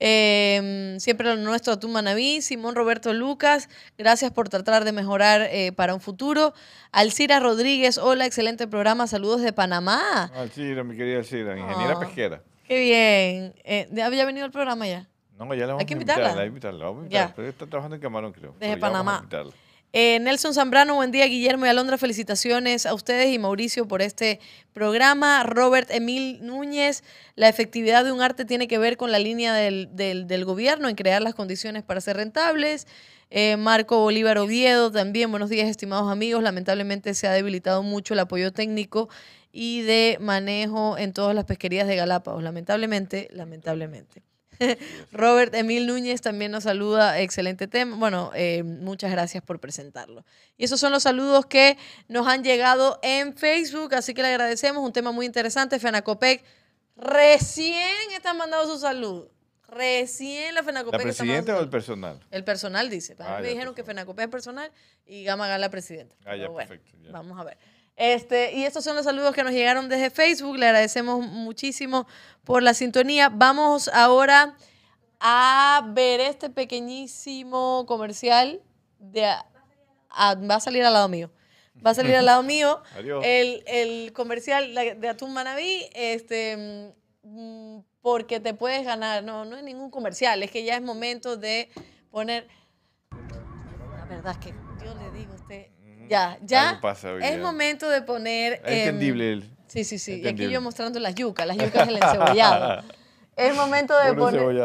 siempre nuestro Atún Manabí, Simón Roberto Lucas, gracias por tratar de mejorar para un futuro. Alcira Rodríguez, hola, excelente programa, saludos de Panamá. Alcira, mi querida Alcira, ingeniera pesquera. Qué bien. ¿Había venido el programa ya? No, ya la vamos a invitarla. Vamos a invitarla, pero está trabajando en Camarón, creo. Desde Panamá. Nelson Zambrano, buen día. Guillermo y Alondra, felicitaciones a ustedes y Mauricio por este programa. Robert Emil Núñez, la efectividad de un arte tiene que ver con la línea del gobierno en crear las condiciones para ser rentables. Marco Bolívar Oviedo, también buenos días, estimados amigos. Lamentablemente se ha debilitado mucho el apoyo técnico y de manejo en todas las pesquerías de Galápagos. Lamentablemente. Robert Emil Núñez también nos saluda, excelente tema. Bueno, muchas gracias por presentarlo. Y esos son los saludos que nos han llegado en Facebook, así que le agradecemos. Un tema muy interesante. FENACOPEC recién están mandando su salud. Recién la FENACOPEC. ¿La presidenta o el personal? El personal dice. Me dijeron que FENACOPEC es personal y Gama Gala presidenta. Ya, bueno, perfecto. Ya. Vamos a ver. Y estos son los saludos que nos llegaron desde Facebook. Le agradecemos muchísimo por la sintonía. Vamos ahora a ver este pequeñísimo comercial. Va a salir al lado mío. Va a salir al lado mío. Adiós. El comercial de Atún Manabí. Porque te puedes ganar. No es ningún comercial. Es que ya es momento de poner. La verdad es que yo le digo a usted. Ya es momento de poner... Es entendible. Sí. Entendible. Y aquí yo mostrando las yucas del encebollado. Es momento de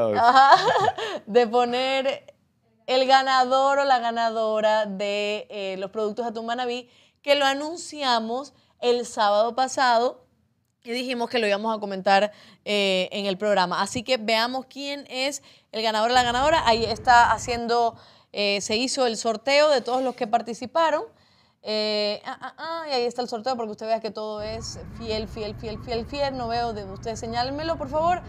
poner el ganador o la ganadora de los productos Atún Manabí, que lo anunciamos el sábado pasado y dijimos que lo íbamos a comentar en el programa. Así que veamos quién es el ganador o la ganadora. Ahí está se hizo el sorteo de todos los que participaron. Y ahí está el sorteo porque usted vea que todo es fiel. No veo de usted, señálmelo por favor.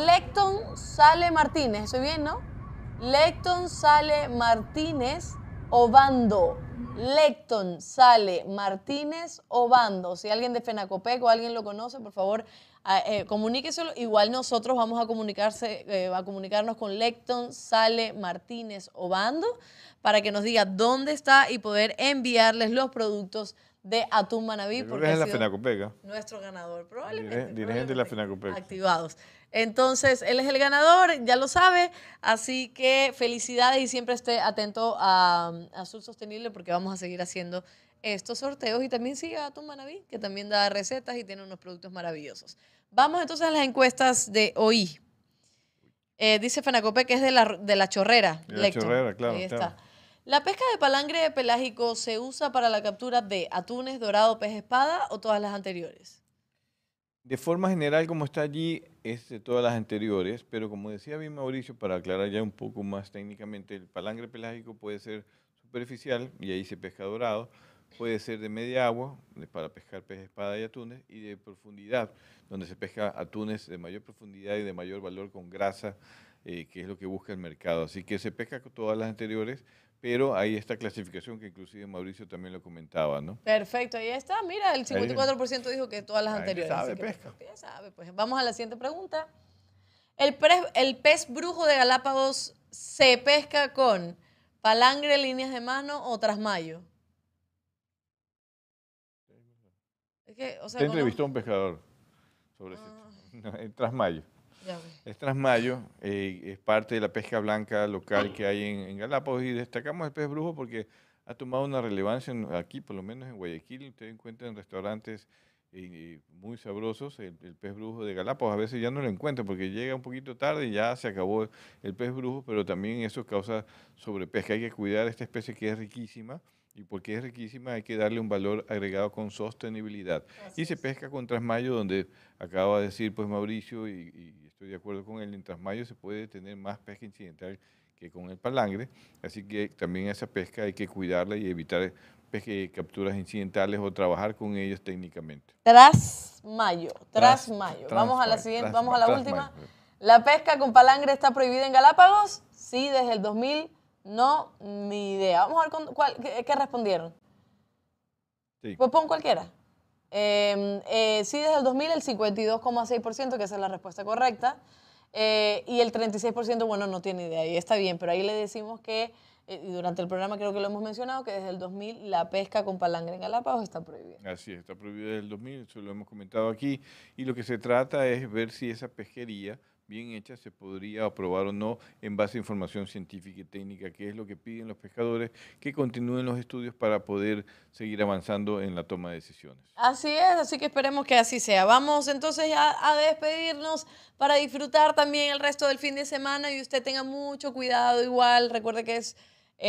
Lecton Sale Martínez, ¿estoy bien, no? Lecton Sale Martínez Obando, Lecton, Sale, Martínez, Obando. Si alguien de Fenacopec o alguien lo conoce, por favor, comuníqueselo. Igual nosotros vamos a comunicarnos con Lecton, Sale, Martínez, Obando, para que nos diga dónde está y poder enviarles los productos de Atún Manabí. Porque es la Fenacopec. Nuestro ganador, probablemente. Dirigente de la Fenacopec. Activados. Entonces, él es el ganador, ya lo sabe, así que felicidades y siempre esté atento a Azul Sostenible porque vamos a seguir haciendo estos sorteos y también siga a Atún Manabí, que también da recetas y tiene unos productos maravillosos. Vamos entonces a las encuestas de hoy. Dice Fenacopec que es de la chorrera. De la chorrera, claro. Ahí está. Claro. ¿La pesca de palangre pelágico se usa para la captura de atunes, dorado, pez espada o todas las anteriores? De forma general, como está allí, es de todas las anteriores, pero como decía bien Mauricio, para aclarar ya un poco más técnicamente, el palangre pelágico puede ser superficial, y ahí se pesca dorado, puede ser de media agua, para pescar pez espada y atunes, y de profundidad, donde se pesca atunes de mayor profundidad y de mayor valor con grasa, que es lo que busca el mercado. Así que se pesca con todas las anteriores, pero hay esta clasificación que inclusive Mauricio también lo comentaba, ¿no? Perfecto, ahí está. Mira, el 54% dijo que todas las anteriores. Sabe pesca. Ya sabe, pues vamos a la siguiente pregunta. ¿El pez brujo de Galápagos se pesca con palangre, líneas de mano o trasmayo? Es que, o sea, Te entrevistó a un pescador sobre ese tema. El trasmayo. Es trasmayo, es parte de la pesca blanca local que hay en Galápagos y destacamos el pez brujo porque ha tomado una relevancia aquí, por lo menos en Guayaquil. Ustedes encuentran restaurantes muy sabrosos el pez brujo de Galápagos. A veces ya no lo encuentran porque llega un poquito tarde y ya se acabó el pez brujo, pero también eso causa sobrepesca. Hay que cuidar esta especie que es riquísima. Y porque es riquísima hay que darle un valor agregado con sostenibilidad. Y se pesca con trasmayo, donde acaba de decir pues Mauricio, y estoy de acuerdo con él, en trasmayo se puede tener más pesca incidental que con el palangre. Así que también esa pesca hay que cuidarla y evitar capturas incidentales o trabajar con ellos técnicamente. Trasmayo. Vamos a la siguiente, vamos a la última. ¿La pesca con palangre está prohibida en Galápagos? Sí, desde el 2000. No, ni idea. Vamos a ver qué respondieron. Sí. Pues pon cualquiera. Sí, desde el 2000 el 52,6%, que esa es la respuesta correcta. Y el 36%, bueno, no tiene idea. Y está bien, pero ahí le decimos que, y durante el programa creo que lo hemos mencionado, que desde el 2000 la pesca con palangre en Galápagos está prohibida. Así es, está prohibida desde el 2000, eso lo hemos comentado aquí. Y lo que se trata es ver si esa pesquería bien hecha se podría aprobar o no en base a información científica y técnica, que es lo que piden los pescadores, que continúen los estudios para poder seguir avanzando en la toma de decisiones. Así es, así que esperemos que así sea. Vamos entonces ya a despedirnos para disfrutar también el resto del fin de semana y usted tenga mucho cuidado igual. Recuerde que es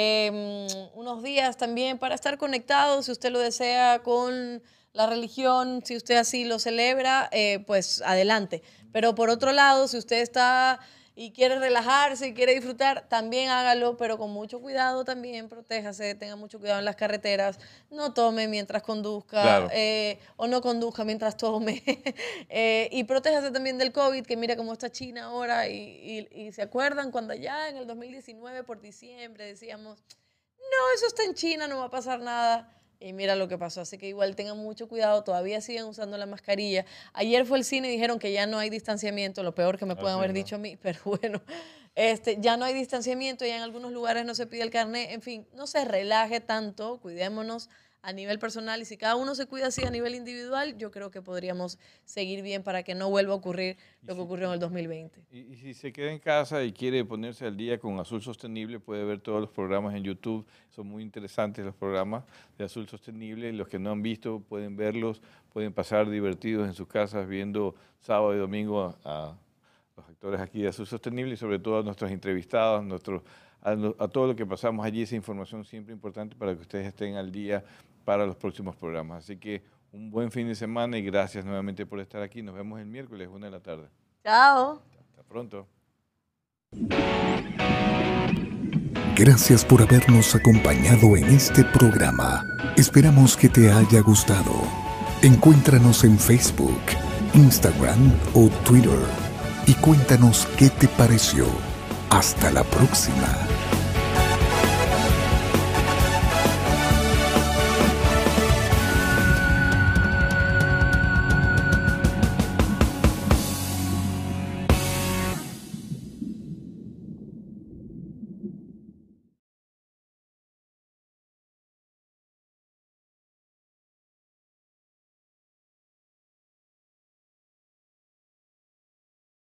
unos días también para estar conectado, si usted lo desea, con la religión, si usted así lo celebra, pues adelante. Pero por otro lado, si usted está y quiere relajarse y quiere disfrutar, también hágalo, pero con mucho cuidado también, protéjase, tenga mucho cuidado en las carreteras, no tome mientras conduzca, claro. O no conduzca mientras tome, y protéjase también del COVID, que mira cómo está China ahora, y se acuerdan cuando ya en el 2019 por diciembre decíamos, no, eso está en China, no va a pasar nada. Y mira lo que pasó, así que igual tengan mucho cuidado, todavía siguen usando la mascarilla. Ayer fue el cine y dijeron que ya no hay distanciamiento, lo peor que me pueden haber dicho a mí, pero bueno, ya no hay distanciamiento, ya en algunos lugares no se pide el carnet, en fin, no se relaje tanto, cuidémonos a nivel personal y si cada uno se cuida así a nivel individual, yo creo que podríamos seguir bien para que no vuelva a ocurrir lo que ocurrió en el 2020. Y si se queda en casa y quiere ponerse al día con Azul Sostenible, puede ver todos los programas en YouTube. Son muy interesantes los programas de Azul Sostenible. Los que no han visto pueden verlos, pueden pasar divertidos en sus casas viendo sábado y domingo a los actores aquí de Azul Sostenible y sobre todo a nuestros entrevistados, a todo lo que pasamos allí, esa información siempre importante para que ustedes estén al día para los próximos programas. Así que un buen fin de semana y gracias nuevamente por estar aquí. Nos vemos el miércoles, 1 de la tarde. Chao. Hasta pronto. Gracias por habernos acompañado en este programa. Esperamos que te haya gustado. Encuéntranos en Facebook, Instagram o Twitter y cuéntanos qué te pareció. Hasta la próxima.